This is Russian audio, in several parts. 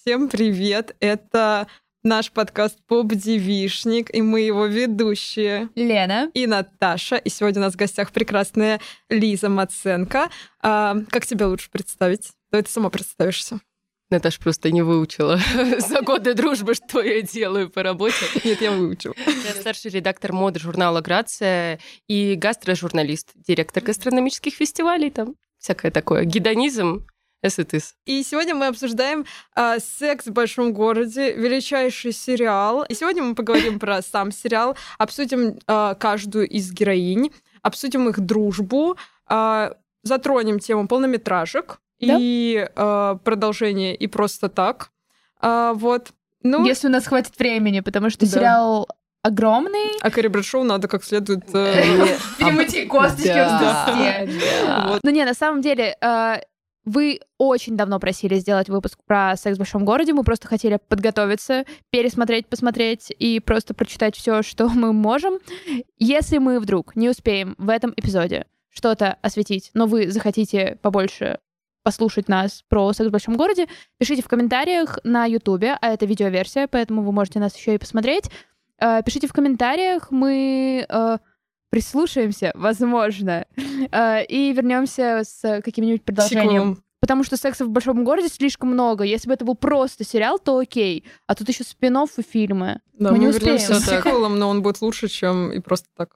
Всем привет! Это наш подкаст «Поп-девишник», и мы его ведущие Лена и Наташа. И сегодня у нас в гостях прекрасная Лиза Маценко. Как тебя лучше представить? Давай ты сама представишься. Наташа просто не выучила за годы дружбы, что я делаю по работе. Нет, я выучу. Я старший редактор моды журнала «Грация» и гастрожурналист, директор гастрономических фестивалей, там всякое такое, гедонизм, эстетиз. И сегодня мы обсуждаем «Секс в большом городе», величайший сериал. И сегодня мы поговорим про сам сериал, обсудим каждую из героинь, обсудим их дружбу, затронем тему полнометражек, да? И продолжение «И просто так». Вот. Ну, если у нас хватит времени, потому что сериал огромный. А Кэрри Брэдшоу надо как следует... Перемыть косточки в Ну не, на самом деле... Вы очень давно просили сделать выпуск про «Секс в большом городе». Мы просто хотели подготовиться, пересмотреть, посмотреть и просто прочитать все, что мы можем. Если мы вдруг не успеем в этом эпизоде что-то осветить, но вы захотите побольше послушать нас про «Секс в большом городе», пишите в комментариях на Ютубе, а это видеоверсия, поэтому вы можете нас еще и посмотреть. Пишите в комментариях, мы... прислушаемся, возможно, и вернемся с каким-нибудь продолжением. Сиквелом. Потому что секса в большом городе слишком много. Если бы это был просто сериал, то окей. А тут еще спин-офф и фильмы. Да, мы не успеем. Вернемся с сиквелом, но он будет лучше, чем и просто так.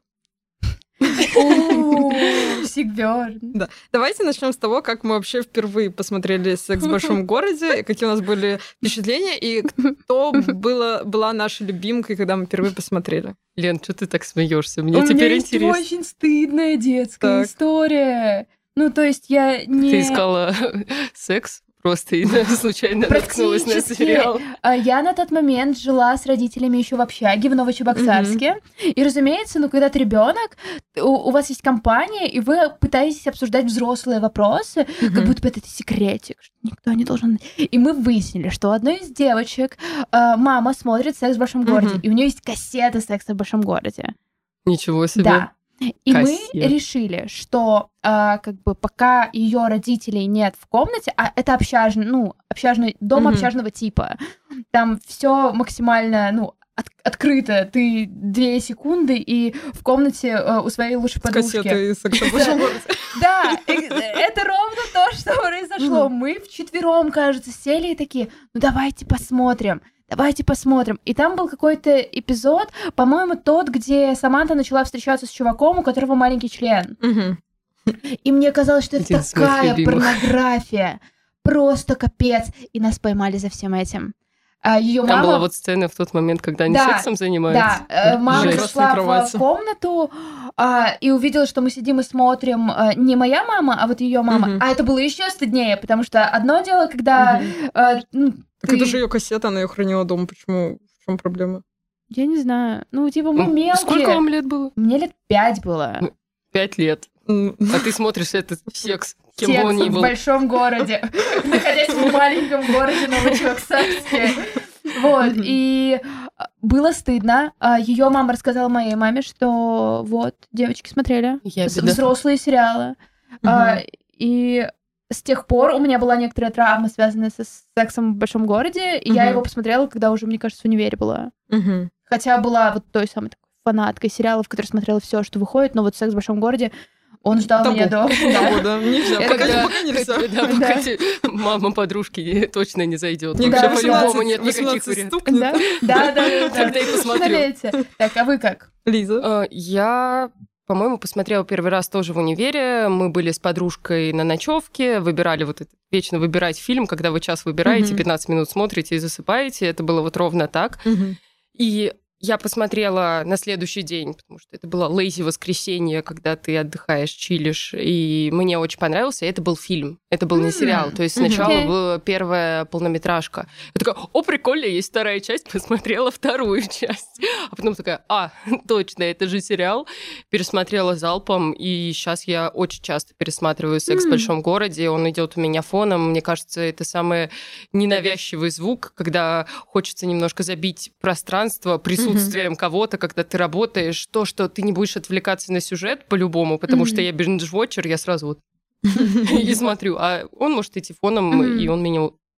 Сиквел. Да. Давайте начнем с того, как мы вообще впервые посмотрели «Секс в большом городе», какие у нас были впечатления, и кто была наша любимка, когда мы впервые посмотрели. Лен, что ты так смеешься? Мне теперь интересно. У меня есть очень стыдная детская история. Ну, то есть я не... Ты искала секс? Просто и случайно наткнулась на сериал. Я на тот момент жила с родителями еще в общаге в Новочебоксарске. И, разумеется, когда ты ребенок, у вас есть компания, и вы пытаетесь обсуждать взрослые вопросы, как будто бы это секретик, что никто не должен... И мы выяснили, что у одной из девочек мама смотрит «Секс в большом городе», и у нее есть кассета «Секса в большом городе». Ничего себе. Да. И мы решили, что пока ее родителей нет в комнате, а это общажный дом общажного типа, там все максимально открыто. Ты 2 секунды и в комнате у своей лучшей подружки. С кассетой «Секса в большом городе». Да, это ровно то, что произошло. Мы вчетвером, кажется, сели и такие, давайте посмотрим. И там был какой-то эпизод, по-моему, тот, где Саманта начала встречаться с чуваком, у которого маленький член. И мне казалось, что это такая порнография. Просто капец. И нас поймали за всем этим. Её там мама... была сцена в тот момент, когда они сексом занимаются. Да, мама пришла в комнату и увидела, что мы сидим и смотрим не моя мама, а вот ее мама. А это было еще стыднее, потому что одно дело, когда... Так это же ее кассета, она ее хранила дома. Почему? В чем проблема? Я не знаю. Мы мелкие. Сколько вам лет было? Мне лет 5 было. 5 лет. А ты смотришь этот секс, кем бы он ни был. В большом городе, находясь в маленьком городе Новочебоксарске. Вот, и было стыдно. Ее мама рассказала моей маме, что вот, девочки смотрели взрослые сериалы. И с тех пор у меня была некоторая травма, связанная со сексом в большом городе, и я его посмотрела, когда уже, мне кажется, в универе была. Хотя была вот той самой такой фанаткой сериалов, которая смотрела все, что выходит, но вот «Секс в большом городе» он ждал меня до... Да, нельзя, пока нельзя. Мама подружки точно не зайдет. Вообще по-любому нет никаких вариантов. Да. Тогда и посмотрю. Так, а вы как? Лиза? Я... По-моему, посмотрела первый раз тоже в универе. Мы были с подружкой на ночевке, выбирали вот это, вечно выбирать фильм, когда вы час выбираете, 15 минут смотрите и засыпаете. Это было вот ровно так. И я посмотрела на следующий день, потому что это было лейзи воскресенье, когда ты отдыхаешь, чилишь, и мне очень понравился. Это был фильм, это был не сериал. То есть сначала была первая полнометражка. Я такая, прикольно, есть вторая часть, посмотрела вторую часть. А потом такая, точно, это же сериал. Пересмотрела залпом, и сейчас я очень часто пересматриваю «Секс в большом городе». Он идет у меня фоном. Мне кажется, это самый ненавязчивый звук, когда хочется немножко забить пространство, присутствием кого-то, когда ты работаешь, то, что ты не будешь отвлекаться на сюжет по-любому, потому что я биндж-вотчер, я сразу вот и смотрю. А он может идти фоном, и он меня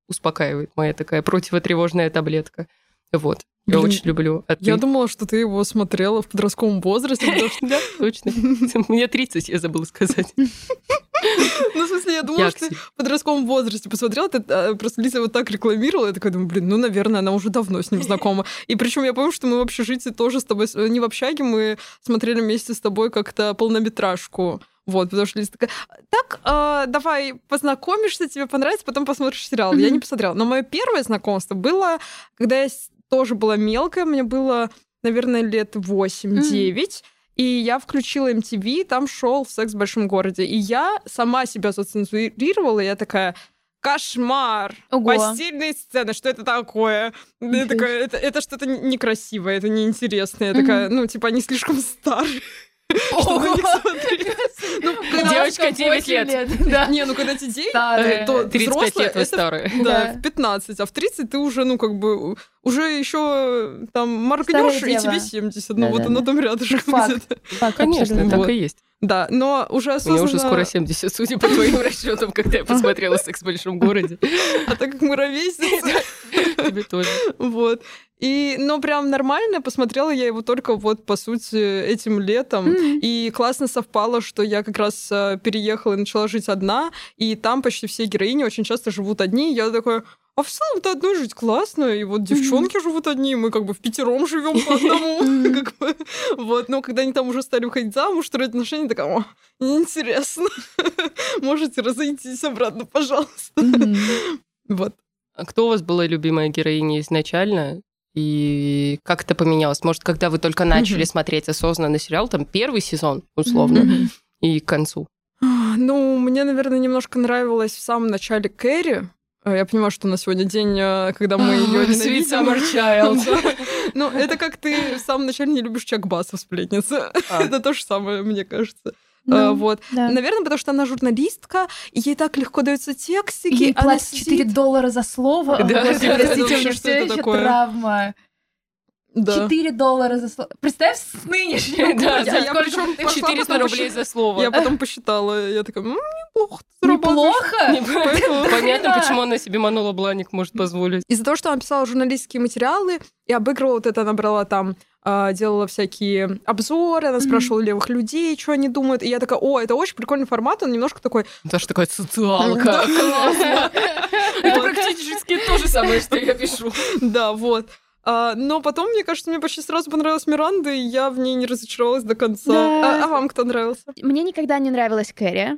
успокаивает, моя такая противотревожная таблетка. Вот. Я очень люблю. А я думала, что ты его смотрела в подростковом возрасте. Да, точно. Мне 30, я забыла сказать. Ну, в смысле, я думала, что ты в подростковом возрасте посмотрела, просто Лиза его так рекламировала, я такая думаю, ну, наверное, она уже давно с ним знакома. И причем я помню, что мы в общежитии тоже с тобой, не в общаге, мы смотрели вместе с тобой как-то полнометражку. Вот, потому что Лиза такая, так, давай познакомишься, тебе понравится, потом посмотришь сериал. Я не посмотрела. Но мое первое знакомство было, когда я тоже была мелкая, мне было, наверное, лет 8-9, и я включила MTV, там шел «Секс в большом городе». И я сама себя зацензурировала, и я такая, кошмар! Ого. Постельные сцены, что это такое? Я такая, это что-то некрасивое, это неинтересно. Я такая, ну, типа, они слишком старые. Чтобы на них смотреть. Девочка 9 лет. Да. Не, ну когда тебе 9, то 35 лет вы старые. Да, в 15, а в 30 ты уже, ну, как бы, уже еще там моргнешь, и тебе 70. Ну, вот оно там рядышком где-то. Конечно, так и есть. Да, но уже осознанно... Мне уже скоро 70, судя по твоим расчетам, когда я посмотрела «Секс в большом городе». А так как мы ровесницы... Тебе тоже. Вот. Но прям нормально посмотрела я его только вот, по сути, этим летом. И классно совпало, что я как раз переехала и начала жить одна, и там почти все героини очень часто живут одни. И я такая... А в целом-то одной жить классно, и вот девчонки живут одни, мы как бы впятером живем по одному. Вот, но когда они там уже стали уходить замуж, строить отношения, такая, о, неинтересно. Можете разойтись обратно, пожалуйста. Вот. А кто у вас была любимая героиня изначально? И как это поменялось? Может, когда вы только начали смотреть осознанно сериал, там первый сезон, условно, и к концу? Ну, мне, наверное, немножко нравилось в самом начале Кэрри. Я понимаю, что на сегодня день, когда мы ее Sweet Summer Child. Ну, это как ты в самом начале не любишь Чак Басса в «Сплетнице». Это то же самое, мне кажется. Вот. Наверное, потому что она журналистка, и ей так легко даются текстики. Ей платят $4 за слово. Простите, у меня все еще травма. $4 за слово. Представь, с нынешним. Да, я причем 400 рублей за слово. Я потом посчитала, я такая, неплохо. Неплохо? Понятно, почему она себе Манола Бланик может позволить. Из-за того, что она писала журналистские материалы и обыгрывала вот это, она брала там, делала всякие обзоры, она спрашивала левых людей, что они думают. И я такая, это очень прикольный формат, он немножко такой... Даже такая социалка. Классно. Это практически то же самое, что я пишу. Да, вот. Но потом, мне кажется, мне почти сразу понравилась Миранда, и я в ней не разочаровалась до конца. Да. А вам кто нравился? Мне никогда не нравилась Кэрри.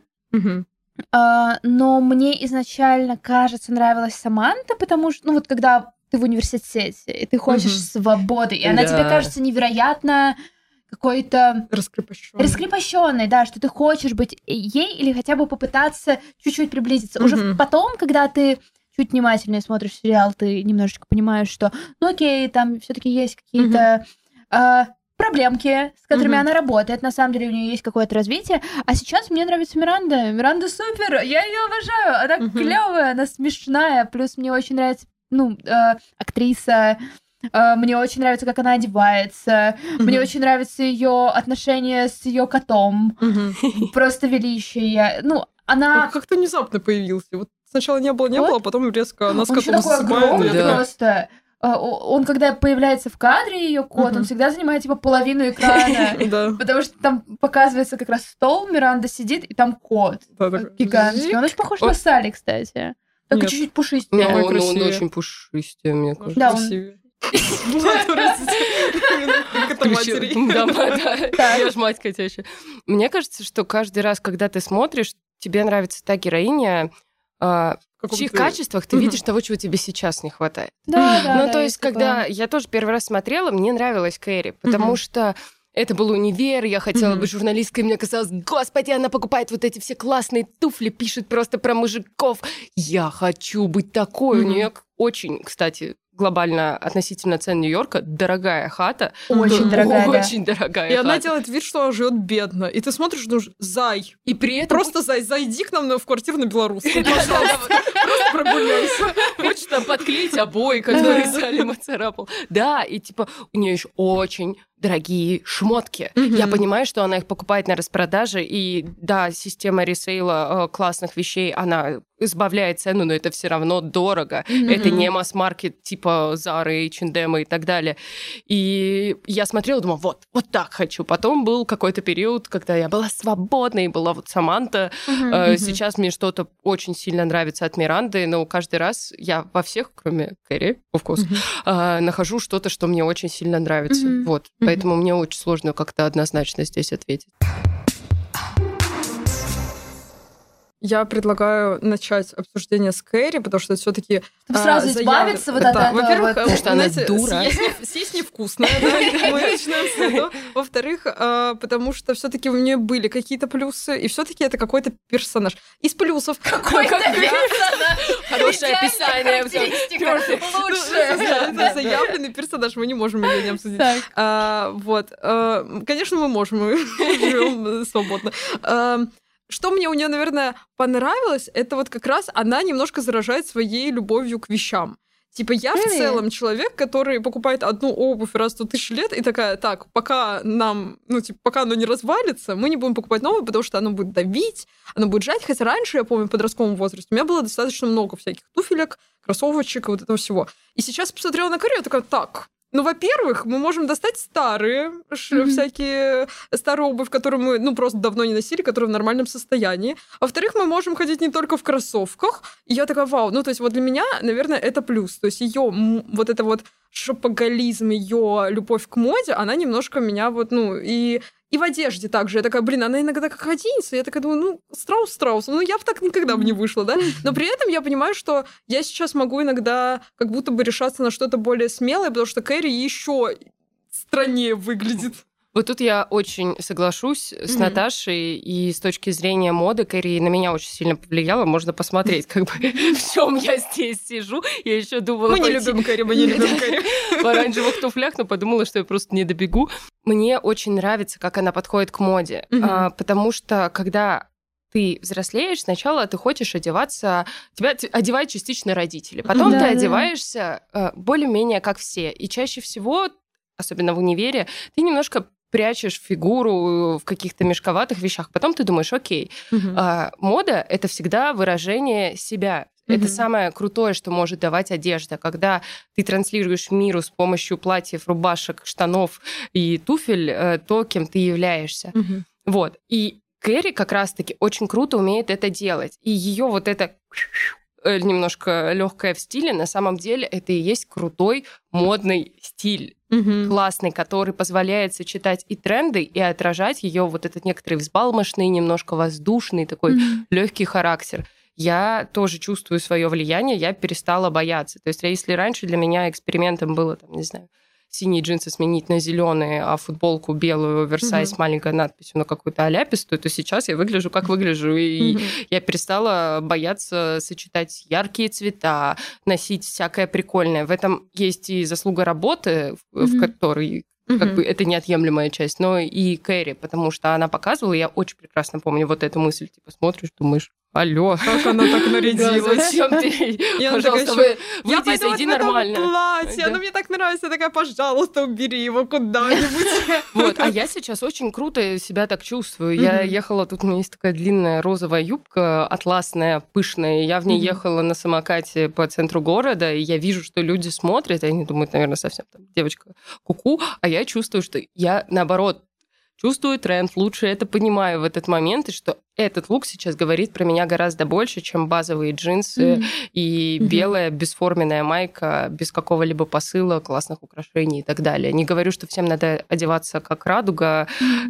Но мне изначально, кажется, нравилась Саманта, потому что, ну вот когда ты в университете, и ты хочешь свободы, и она тебе кажется невероятно какой-то... Раскрепощенной, да, что ты хочешь быть ей или хотя бы попытаться чуть-чуть приблизиться. Уже потом, когда ты чуть внимательнее смотришь сериал, ты немножечко понимаешь, что, ну окей, там все-таки есть какие-то проблемки, с которыми она работает. На самом деле у нее есть какое-то развитие. А сейчас мне нравится Миранда. Миранда супер, я ее обожаю. Она клевая, она смешная. Плюс мне очень нравится, актриса. Мне очень нравится, как она одевается. Мне очень нравится ее отношения с ее котом. Просто величие. Она... Как-то внезапно появился. Вот сначала не было, а потом резко она с котом засыпает. Просто. Он, когда появляется в кадре, ее кот, он всегда занимает типа половину экрана. Потому что там показывается как раз стол, Миранда сидит, и там кот гигантский. Он очень похож на Салли, кстати. Только чуть-чуть пушистее. Он очень пушистее, мне кажется. Да, красивее. Я ж мать котячая. Мне кажется, что каждый раз, когда ты смотришь, тебе нравится та героиня, в чьих качествах ты видишь того, чего тебе сейчас не хватает. Да, то есть, когда я тоже первый раз смотрела, мне нравилась Кэрри, потому что это был универ, я хотела быть журналисткой, мне казалось, господи, она покупает вот эти все классные туфли, пишет просто про мужиков. Я хочу быть такой. У нее очень, кстати, глобально относительно цен Нью-Йорка дорогая хата. Очень дорогая. Очень дорогая И хата. она делает вид, что она живет бедно. И ты смотришь, ну, зай. И при этом... Просто зай, зайди к нам в квартиру на Белорусском, пожалуйста. Просто прогуляйся. Хочешь там подклеить обои, которые Салли царапал. Да, и типа у нее еще очень дорогие шмотки. Я понимаю, что она их покупает на распродаже, и да, система ресейла классных вещей, она избавляет цену, но это все равно дорого. Это не масс-маркет типа Zara, H&M и так далее. И я смотрела, думала, вот так хочу. Потом был какой-то период, когда я была свободной, была вот Саманта. Сейчас мне что-то очень сильно нравится от Миранды, но каждый раз я во всех, кроме Кэрри, of course, нахожу что-то, что мне очень сильно нравится. Вот. Поэтому мне очень сложно как-то однозначно здесь ответить. Я предлагаю начать обсуждение с Кэрри, потому что все-таки сразу избавиться вот от этого. Во-первых, потому что она дура. Съесть невкусно, мы начинаем с этого. Во-вторых, потому что все-таки у нее были какие-то плюсы, и все-таки это какой-то персонаж. Из плюсов какой-то персонаж. Хорошее описание. Лучше. Это заявленный персонаж, мы не можем ее не обсудить. Вот. Конечно, мы можем, мы живем свободно. Что мне у нее, наверное, понравилось, это вот как раз она немножко заражает своей любовью к вещам. Типа, я в целом человек, который покупает одну обувь раз в 100 тысяч лет, и такая, так, пока нам, пока оно не развалится, мы не будем покупать новое, потому что оно будет давить, оно будет жать. Хотя раньше, я помню, в подростковом возрасте у меня было достаточно много всяких туфелек, кроссовочек и вот этого всего. И сейчас посмотрела на Кэрри, я такая, так... во-первых, мы можем достать старые, всякие старые обувь, которую мы, просто давно не носили, которые в нормальном состоянии. Во-вторых, мы можем ходить не только в кроссовках. И я такая, вау. То есть вот для меня, наверное, это плюс. То есть ее вот это вот шопоголизм, ее любовь к моде, она немножко меня и в одежде также. Я такая, она иногда как оденется. Я такая думаю, страус. Я бы так никогда бы не вышла, да? Но при этом я понимаю, что я сейчас могу иногда как будто бы решаться на что-то более смелое, потому что Кэрри еще страннее выглядит. Вот тут я очень соглашусь с Наташей, и с точки зрения моды Кэрри на меня очень сильно повлияла. Можно посмотреть, в чем я здесь сижу. Я еще думала... Мы не любим Кэрри. В оранжевых туфлях, но подумала, что я просто не добегу. Мне очень нравится, как она подходит к моде, потому что когда ты взрослеешь, сначала ты хочешь одеваться, тебя одевают частично родители, потом ты одеваешься более-менее как все. И чаще всего, особенно в универе, ты немножко прячешь фигуру в каких-то мешковатых вещах. Потом ты думаешь, окей, мода — это всегда выражение себя. Это самое крутое, что может давать одежда, когда ты транслируешь миру с помощью платьев, рубашек, штанов и туфель то, кем ты являешься. Вот. И Кэрри как раз-таки очень круто умеет это делать. И ее вот это немножко легкое в стиле, на самом деле это и есть крутой модный стиль. Классный, который позволяет сочетать и тренды, и отражать ее вот этот некоторый взбалмошный, немножко воздушный такой легкий характер. Я тоже чувствую свое влияние, я перестала бояться. То есть, если раньше для меня экспериментом было, синие джинсы сменить на зеленые, а футболку белую, оверсайз с маленькой надписью на какую-то аляпистую, то сейчас я выгляжу, как выгляжу. И я перестала бояться сочетать яркие цвета, носить всякое прикольное. В этом есть и заслуга работы, в которой это неотъемлемая часть, но и Кэрри, потому что она показывала, я очень прекрасно помню вот эту мысль, смотришь, думаешь, алло. Как она так нарядилась? Зачем ты? Пожалуйста, выйди, зайди нормально. Платье, оно мне так нравится. Я такая, пожалуйста, убери его куда-нибудь. Вот, а я сейчас очень круто себя так чувствую. Я ехала, тут у меня есть такая длинная розовая юбка, атласная, пышная. Я в ней ехала на самокате по центру города, и я вижу, что люди смотрят, и они думают, наверное, совсем девочка куку, а я чувствую, что я, наоборот, чувствую тренд, лучше это понимаю в этот момент, и что этот лук сейчас говорит про меня гораздо больше, чем базовые джинсы и белая бесформенная майка без какого-либо посыла, классных украшений и так далее. Не говорю, что всем надо одеваться как радуга,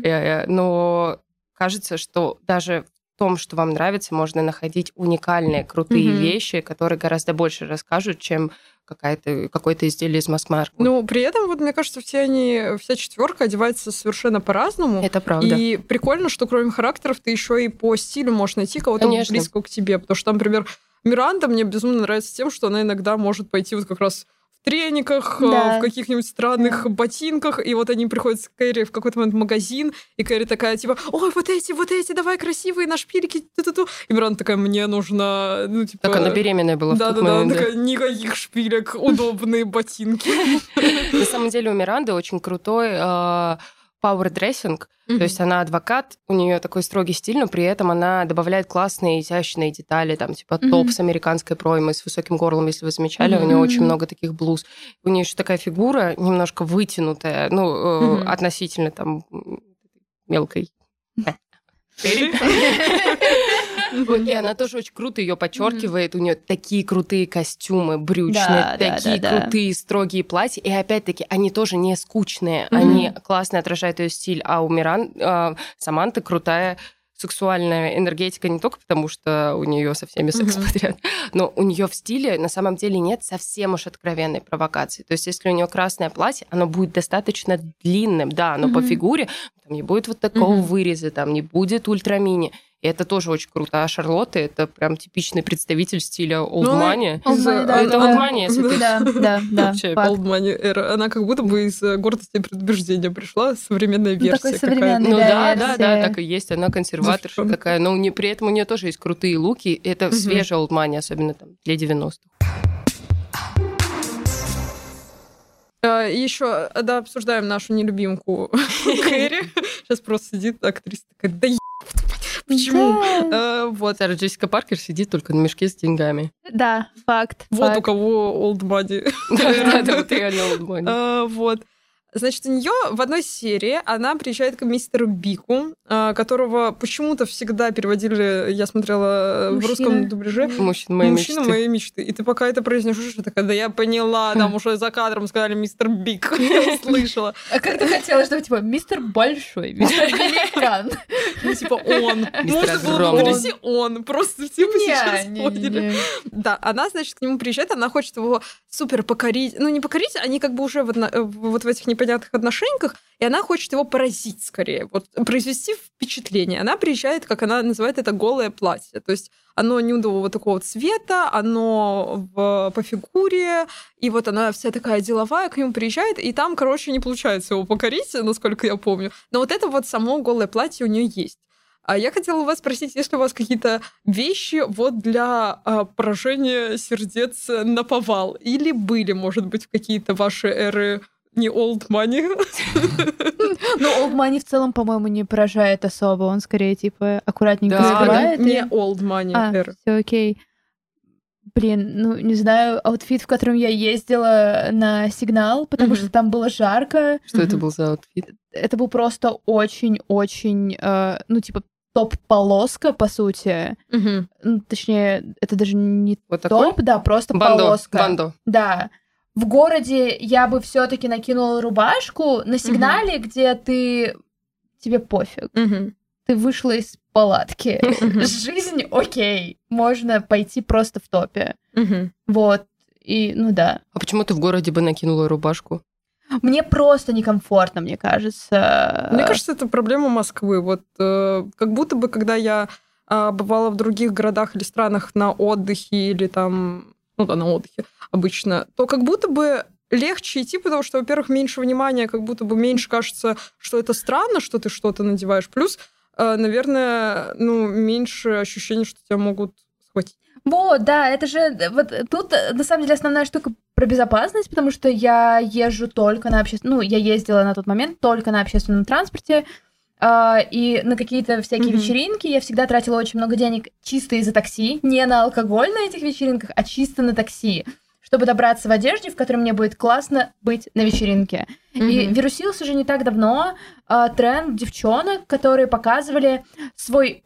но кажется, что даже в том, что вам нравится, можно находить уникальные, крутые вещи, которые гораздо больше расскажут, чем какое-то изделие из масс-маркета. При этом, мне кажется, вся четверка одевается совершенно по-разному. Это правда. И прикольно, что кроме характеров ты еще и по стилю можешь найти кого-то близкого к тебе. Потому что, например, Миранда мне безумно нравится тем, что она иногда может пойти вот как раз в трениках, в каких-нибудь странных ботинках, и вот они приходят с Кэрри в какой-то момент в магазин, и Кэрри такая, типа, ой, вот эти, давай, красивые, на шпильки, ту-ту-ту. И Миранда такая, мне нужно, ну, типа... Так она беременная была в тот момент. Да-да-да, такая, никаких шпилек, удобные ботинки. На самом деле у Миранды очень крутой пауэр-дрессинг, то есть она адвокат, у нее такой строгий стиль, но при этом она добавляет классные, изящные детали, там, типа топ с американской проймой, с высоким горлом, если вы замечали, у нее очень много таких блуз. У нее еще такая фигура немножко вытянутая, ну, относительно там мелкой. И она тоже очень круто ее подчеркивает. У нее такие крутые костюмы брючные, такие крутые строгие платья. И опять-таки, они тоже не скучные, они классно отражают ее стиль. А у Саманты крутая сексуальная энергетика не только потому, что у нее со всеми секс подряд, но у нее в стиле на самом деле нет совсем уж откровенной провокации. То есть если у нее красное платье, оно будет достаточно длинным, да, оно по фигуре, там не будет вот такого выреза, там не будет ультрамини. И это тоже очень круто. А Шарлотта — это прям типичный представитель стиля Old Money. Это Old Money, если ты... Да. Old Money эра. Она как будто бы из гордости и предубеждения пришла, современная версия. Такой современный, ну да, так и есть. Она консерваторша такая. Но при этом у нее тоже есть крутые луки. Это свежий Old Money, особенно там для 90-х. Еще, да, обсуждаем нашу нелюбимку Кэрри. Сейчас просто сидит актриса такая, да почему? Вот, Сара Джессика Паркер сидит только на мешке с деньгами. Да, факт. Вот у кого Old Money. Да, вот реально Old Money. Вот. Значит, у нее в одной серии она приезжает к мистеру Бику, которого почему-то всегда переводили, я смотрела в русском дубляже, «Мужчина моей мечты». И ты пока это произнесешь, такая, да я поняла, там уже за кадром сказали мистер Бик, я услышала. А как ты хотела, чтобы типа мистер Большой, мистер Великан? Ну, типа он. Можно было вывести он. Просто все бы сейчас поняли. Да, она, значит, к нему приезжает, она хочет его супер покорить. Ну, не покорить, они как бы уже вот в этих непонятных отношениях, и она хочет его поразить скорее, вот произвести впечатление. Она приезжает, как она называет это, голое платье. То есть оно нюдового такого цвета, оно по фигуре, и вот она вся такая деловая, к нему приезжает, и там, короче, не получается его покорить, насколько я помню. Но вот это вот само голое платье у нее есть. А я хотела у вас спросить, есть ли у вас какие-то вещи вот для поражения сердец наповал? Или были, может быть, какие-то ваши эры не Old Money? Ну, Old Money в целом, по-моему, не поражает особо. Он скорее, типа, аккуратненько скрывает. Не Old Money. Все окей. Блин, ну, не знаю, аутфит, в котором я ездила на Сигнал, потому что там было жарко. Что это был за аутфит? Это был просто очень-очень, ну, типа, топ-полоска, по сути. Ну, точнее, это даже не вот топ, да, просто полоска. Бандо. Да. В городе я бы все-таки накинула рубашку. На Сигнале, где тебе пофиг. Ты вышла из палатки. Жизнь окей. Можно пойти просто в топе. Вот. И, ну да. А почему ты в городе бы накинула рубашку? Мне просто некомфортно, мне кажется. Мне кажется, это проблема Москвы. Вот как будто бы, когда я бывала в других городах или странах на отдыхе или там... ну да, на отдыхе обычно, то как будто бы легче идти, потому что, во-первых, меньше внимания, как будто бы меньше кажется, что это странно, что ты что-то надеваешь. Плюс, наверное, ну, меньше ощущений, что тебя могут схватить. Вот, да, это же... Вот тут, на самом деле, основная штука про безопасность, потому что я езжу только на общественном... Ну, я ездила на тот момент только на общественном транспорте, и на какие-то всякие вечеринки я всегда тратила очень много денег чисто из-за такси, не на алкоголь на этих вечеринках, а чисто на такси, чтобы добраться в одежде, в которой мне будет классно быть на вечеринке. И вирусился же не так давно тренд девчонок, которые показывали свой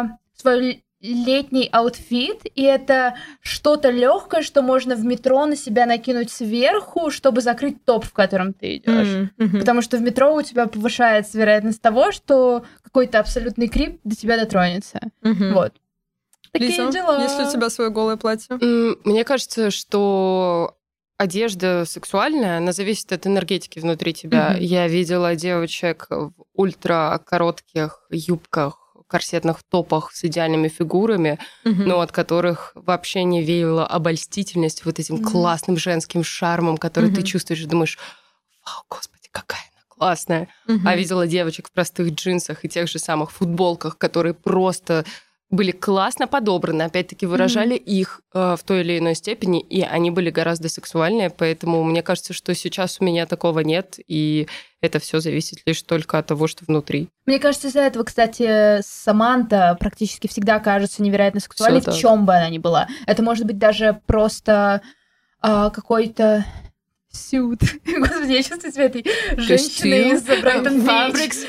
летний аутфит, и это что-то легкое, что можно в метро на себя накинуть сверху, чтобы закрыть топ, в котором ты идешь. Потому что в метро у тебя повышается вероятность того, что какой-то абсолютный крип до тебя дотронется. Вот. Такие дела. Есть ли у тебя свое голое платье? Мне кажется, что одежда сексуальная, она зависит от энергетики внутри тебя. Я видела девочек в ультракоротких юбках, корсетных топах с идеальными фигурами, но от которых вообще не веяло обольстительность вот этим классным женским шармом, который ты чувствуешь и думаешь, вау, господи, какая она классная. А видела девочек в простых джинсах и тех же самых футболках, которые просто были классно подобраны, опять-таки выражали их в той или иной степени, и они были гораздо сексуальнее, поэтому мне кажется, что сейчас у меня такого нет, и это все зависит лишь только от того, что внутри. Мне кажется, из-за этого, кстати, Саманта практически всегда кажется невероятно сексуальной, в чем бы она ни была. Это может быть даже просто какой-то сют. Господи, я чувствую себя этой женщиной из Брайтон Фабрикс.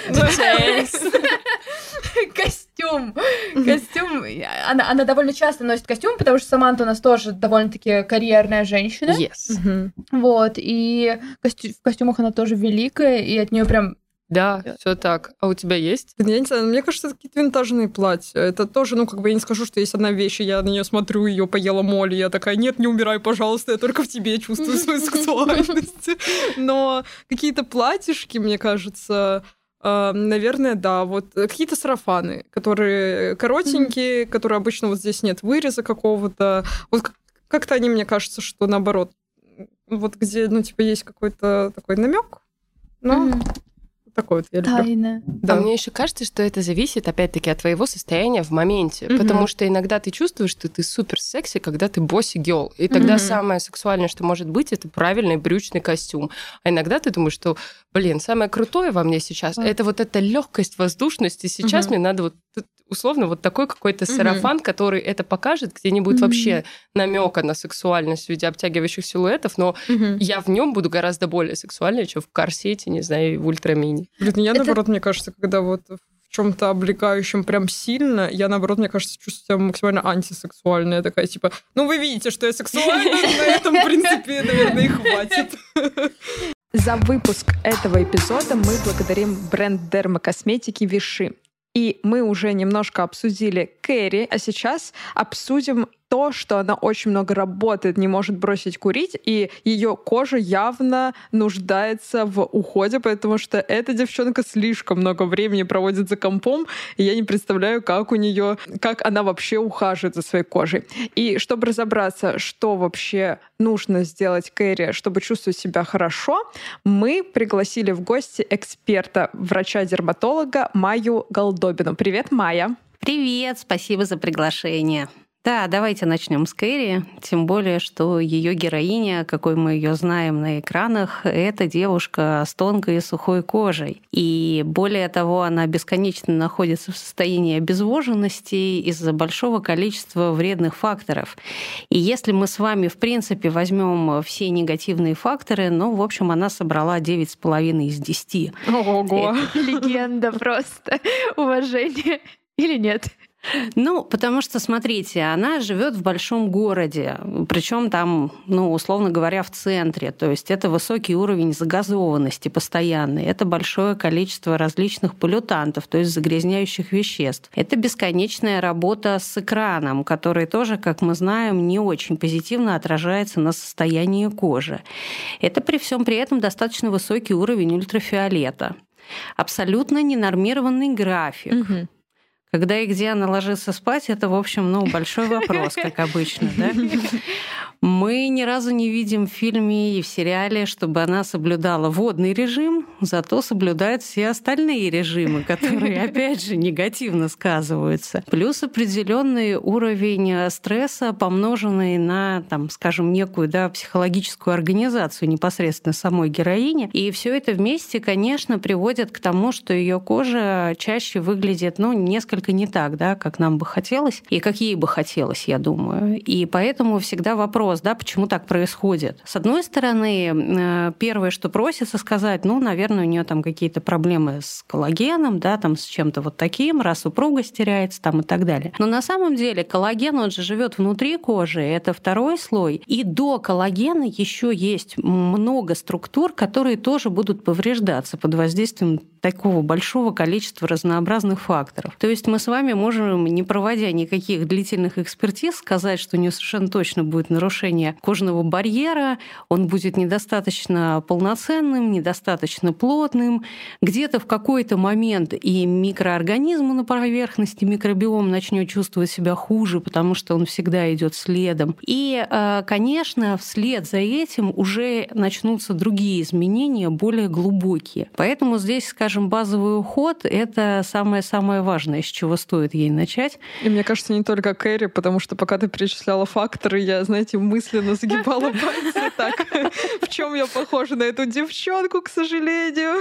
Костюм. Она довольно часто носит костюм, потому что Саманта у нас тоже довольно-таки карьерная женщина. Yes. Вот, и в костюмах она тоже великая, и от нее прям... Да, все так. А у тебя есть? Я не знаю, мне кажется, это какие-то винтажные платья. Это тоже, я не скажу, что есть одна вещь, и я на нее смотрю, ее поела моль, и я такая, нет, не умирай, пожалуйста, я только в тебе чувствую свою сексуальность. Но какие-то платьишки, мне кажется, наверное, да, вот какие-то сарафаны, которые коротенькие, которые обычно вот здесь нет выреза какого-то. Вот как-то они, мне кажется, что наоборот, вот где, есть какой-то такой намек, но... Такое вот я люблю. Тайна. Да. А мне еще кажется, что это зависит, опять-таки, от твоего состояния в моменте. Потому что иногда ты чувствуешь, что ты супер секси, когда ты босси-гелл. И тогда самое сексуальное, что может быть, это правильный брючный костюм. А иногда ты думаешь, что, самое крутое во мне сейчас, это вот эта легкость, воздушность. И сейчас мне надо условно вот такой какой-то сарафан, который это покажет, где не будет вообще намека на сексуальность в виде обтягивающих силуэтов, но я в нем буду гораздо более сексуальной, чем в корсете, не знаю, в ультрамини. Наоборот, мне кажется, когда вот в чем-то облекающем прям сильно, я, наоборот, мне кажется, чувствую себя максимально антисексуальная, такая, типа, вы видите, что я сексуальная, на этом, в принципе, наверное, и хватит. За выпуск этого эпизода мы благодарим бренд дермокосметики Vichy. И мы уже немножко обсудили Кэрри, а сейчас обсудим то, что она очень много работает, не может бросить курить, и ее кожа явно нуждается в уходе, потому что эта девчонка слишком много времени проводит за компом, и я не представляю, как она вообще ухаживает за своей кожей. И чтобы разобраться, что вообще нужно сделать Кэрри, чтобы чувствовать себя хорошо, мы пригласили в гости эксперта, врача-дерматолога Майю Голдобину. Привет, Майя! Привет, спасибо за приглашение. Да, давайте начнем с Кэрри, тем более, что ее героиня, какой мы ее знаем на экранах, это девушка с тонкой и сухой кожей. И более того, она бесконечно находится в состоянии обезвоженности из-за большого количества вредных факторов. И если мы с вами, в принципе, возьмем все негативные факторы, в общем, она собрала 9,5 из 10. Ого! Легенда просто. Уважение. Или нет? Потому что, смотрите, она живет в большом городе, причем там, условно говоря, в центре. То есть это высокий уровень загазованности постоянный, это большое количество различных поллютантов, то есть загрязняющих веществ. Это бесконечная работа с экраном, который тоже, как мы знаем, не очень позитивно отражается на состоянии кожи. Это при всем при этом достаточно высокий уровень ультрафиолета. Абсолютно ненормированный график. Когда и где она ложится спать, это, в общем, большой вопрос, как обычно, да? Мы ни разу не видим в фильме и в сериале, чтобы она соблюдала водный режим, зато соблюдает все остальные режимы, которые, опять же, негативно сказываются. Плюс определенный уровень стресса, помноженный на, скажем, некую психологическую организацию непосредственно самой героини. И все это вместе, конечно, приводит к тому, что ее кожа чаще выглядит, несколько не так, как нам бы хотелось, и как ей бы хотелось, я думаю. И поэтому всегда вопрос, почему так происходит. С одной стороны, первое, что просится сказать, наверное, у нее там какие-то проблемы с коллагеном, с чем-то вот таким, раз упругость теряется и так далее. Но на самом деле коллаген, он же живет внутри кожи, это второй слой, и до коллагена еще есть много структур, которые тоже будут повреждаться под воздействием такого большого количества разнообразных факторов. То есть мы с вами можем, не проводя никаких длительных экспертиз, сказать, что у нее совершенно точно будет нарушение кожного барьера, он будет недостаточно полноценным, недостаточно плотным, где-то в какой-то момент и микроорганизмы на поверхности, микробиом начнет чувствовать себя хуже, потому что он всегда идет следом. И, конечно, вслед за этим уже начнутся другие изменения, более глубокие. Поэтому здесь, скажем, базовый уход — это самое-самое важное, с чего стоит ей начать. И мне кажется, не только Кэрри, потому что пока ты перечисляла факторы, я, знаете, мысленно загибала пальцы так. В чем я похожа на эту девчонку, к сожалению.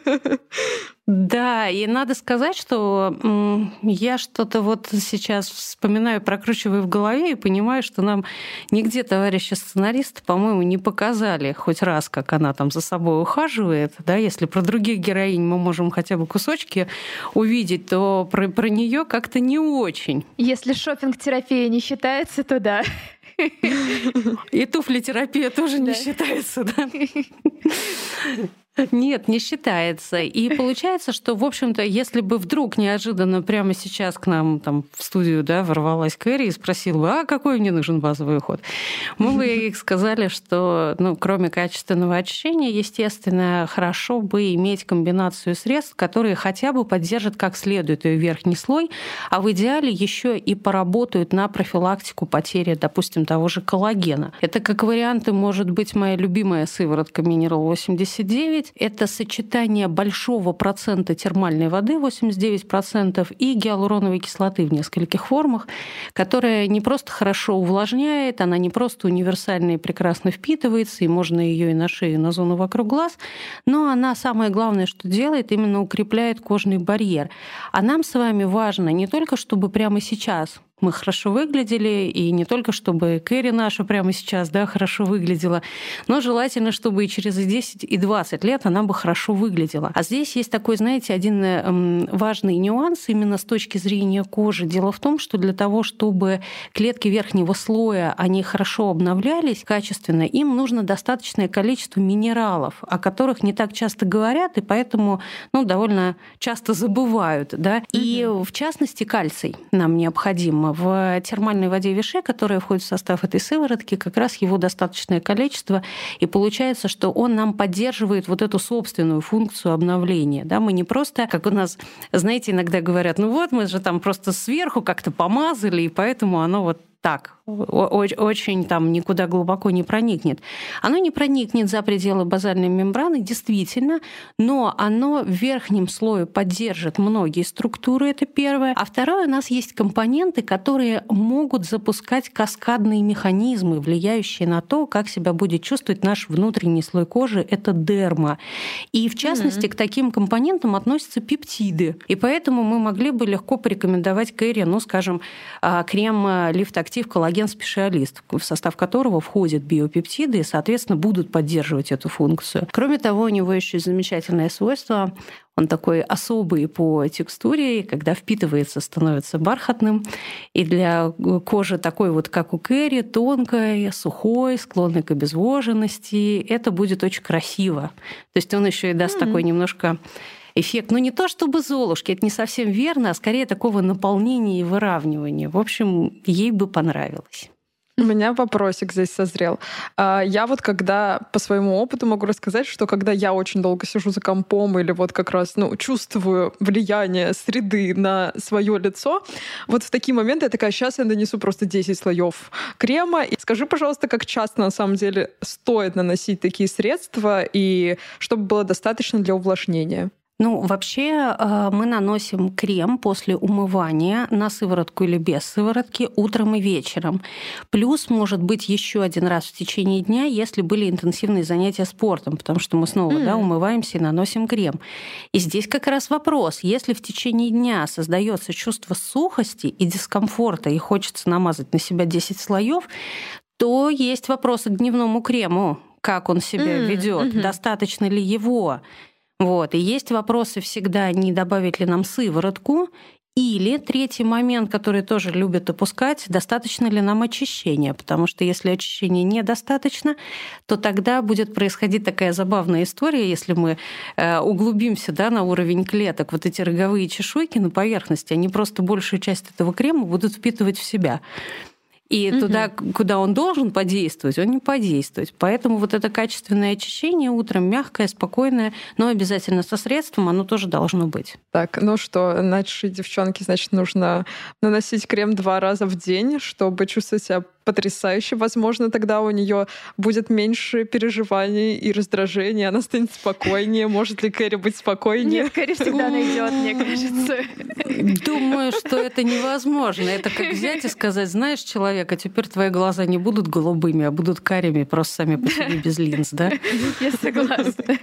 Да, и надо сказать, что я что-то вот сейчас вспоминаю, прокручиваю в голове и понимаю, что нам нигде товарищи сценаристы, по-моему, не показали хоть раз, как она там за собой ухаживает. Да? Если про других героинь мы можем хотя бы кусочки увидеть, то про нее как-то не очень. Если шопинг-терапия не считается, то да. И туфлетерапия тоже не считается, да? Нет, не считается. И получается, что, в общем-то, если бы вдруг неожиданно прямо сейчас к нам там, в студию ворвалась Кэрри и спросила, а какой мне нужен базовый уход, мы бы ей сказали, что, кроме качественного очищения, естественно, хорошо бы иметь комбинацию средств, которые хотя бы поддержат как следует ее верхний слой, а в идеале еще и поработают на профилактику потери, допустим, того же коллагена. Это как варианты может быть моя любимая сыворотка Mineral 89. Это сочетание большого процента термальной воды, 89%, и гиалуроновой кислоты в нескольких формах, которая не просто хорошо увлажняет, она не просто универсальная и прекрасно впитывается, и можно ее и на шею, и на зону вокруг глаз, но она, самое главное, что делает, именно укрепляет кожный барьер. А нам с вами важно не только, чтобы прямо сейчас мы хорошо выглядели, и не только чтобы Кэрри наша прямо сейчас хорошо выглядела, но желательно, чтобы и через 10 и 20 лет она бы хорошо выглядела. А здесь есть такой, знаете, один важный нюанс именно с точки зрения кожи. Дело в том, что для того, чтобы клетки верхнего слоя, они хорошо обновлялись качественно, им нужно достаточное количество минералов, о которых не так часто говорят, и поэтому довольно часто забывают. Да? И в частности кальций нам необходим. В термальной воде Виши, которая входит в состав этой сыворотки, как раз его достаточное количество, и получается, что он нам поддерживает вот эту собственную функцию обновления. Да? Мы не просто, как у нас, знаете, иногда говорят, мы же там просто сверху как-то помазали, и поэтому оно вот так, очень там никуда глубоко не проникнет. Оно не проникнет за пределы базальной мембраны, действительно, но оно в верхнем слое поддержит многие структуры, это первое. А второе, у нас есть компоненты, которые могут запускать каскадные механизмы, влияющие на то, как себя будет чувствовать наш внутренний слой кожи, это дерма. И в частности, к таким компонентам относятся пептиды. И поэтому мы могли бы легко порекомендовать Кэрри, скажем, крем Lift Active коллаген специалист, в состав которого входят биопептиды и, соответственно, будут поддерживать эту функцию. Кроме того, у него еще замечательное свойство. Он такой особый по текстуре, и когда впитывается, становится бархатным. И для кожи такой вот, как у Кэрри, тонкой, сухой, склонной к обезвоженности, это будет очень красиво. То есть он еще и даст такой немножко эффект, не то чтобы Золушки, это не совсем верно, а скорее такого наполнения и выравнивания. В общем, ей бы понравилось. У меня вопросик здесь созрел. Я вот когда по своему опыту могу рассказать, что когда я очень долго сижу за компом или вот как раз чувствую влияние среды на свое лицо, вот в такие моменты я такая, сейчас я нанесу просто 10 слоев крема. И скажи, пожалуйста, как часто на самом деле стоит наносить такие средства, и чтобы было достаточно для увлажнения? Вообще мы наносим крем после умывания на сыворотку или без сыворотки утром и вечером. Плюс может быть еще один раз в течение дня, если были интенсивные занятия спортом, потому что мы снова умываемся и наносим крем. И здесь как раз вопрос. Если в течение дня создается чувство сухости и дискомфорта, и хочется намазать на себя 10 слоев, то есть вопрос к дневному крему, как он себя ведет, достаточно ли его. И есть вопросы всегда, не добавить ли нам сыворотку. Или третий момент, который тоже любят опускать, достаточно ли нам очищения. Потому что если очищения недостаточно, то тогда будет происходить такая забавная история, если мы углубимся на уровень клеток. Вот эти роговые чешуйки на поверхности, они просто большую часть этого крема будут впитывать в себя. И туда, куда он должен подействовать, он не подействует. Поэтому вот это качественное очищение утром, мягкое, спокойное, но обязательно со средством, оно тоже должно быть. Так, ну что, нашей девчонке, значит, нужно наносить крем 2 раза в день, чтобы чувствовать себя потрясающе. Возможно, тогда у нее будет меньше переживаний и раздражений, она станет спокойнее. Может ли Кэрри быть спокойнее? Нет, Кэрри всегда найдет, мне кажется. Думаю, что это невозможно. Это как взять и сказать, знаешь, человек, а теперь твои глаза не будут голубыми, а будут карими, просто сами по себе без линз, да? Я согласна.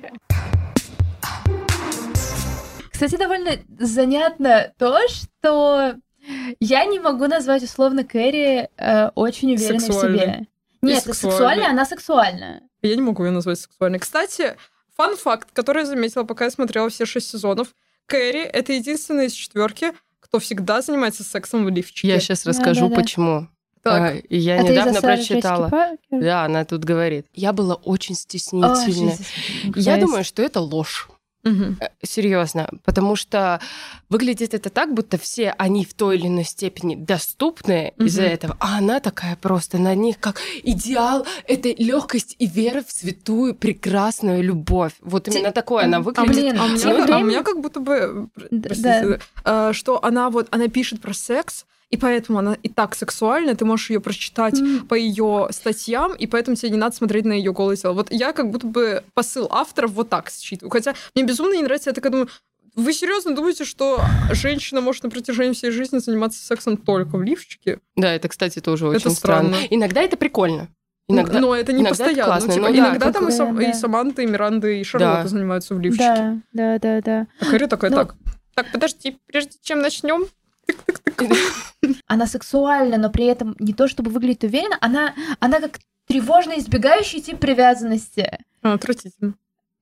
Кстати, довольно занятно то, что я не могу назвать условно Кэрри очень уверенной в себе. Нет, сексуальная, она сексуальная. Я не могу ее назвать сексуальной. Кстати, фан-факт, который я заметила, пока я смотрела все 6 сезонов. Кэрри — это единственная из 4, кто всегда занимается сексом в лифчике. Я сейчас расскажу, почему. Так. Я это недавно прочитала. Да, она тут говорит. Я была очень стеснительна. Я думаю, что это ложь. Серьезно, потому что выглядит это так, будто все они в той или иной степени доступны из-за этого, а она такая просто на них как идеал этой легкость и вера в святую прекрасную любовь. Вот именно такое она выглядит. А у меня как будто бы, что она пишет про секс. И поэтому она и так сексуальна, ты можешь ее прочитать по ее статьям, и поэтому тебе не надо смотреть на ее голое тело. Вот я как будто бы посыл авторов вот так считываю. Хотя мне безумно не нравится, я такая думаю, вы серьезно думаете, что женщина может на протяжении всей жизни заниматься сексом только в лифчике? Да, это, кстати, тоже очень странно. Иногда это прикольно. Иногда, но это не постоянно. Это классно, иногда там и Саманта, и Миранда, и Шарлотта занимаются в лифчике. Да. А Кэрри такая, так, подожди, прежде чем начнем. Она сексуальна, но при этом не то чтобы выглядит уверенно, она как тревожно избегающий тип привязанности. Отвратительно.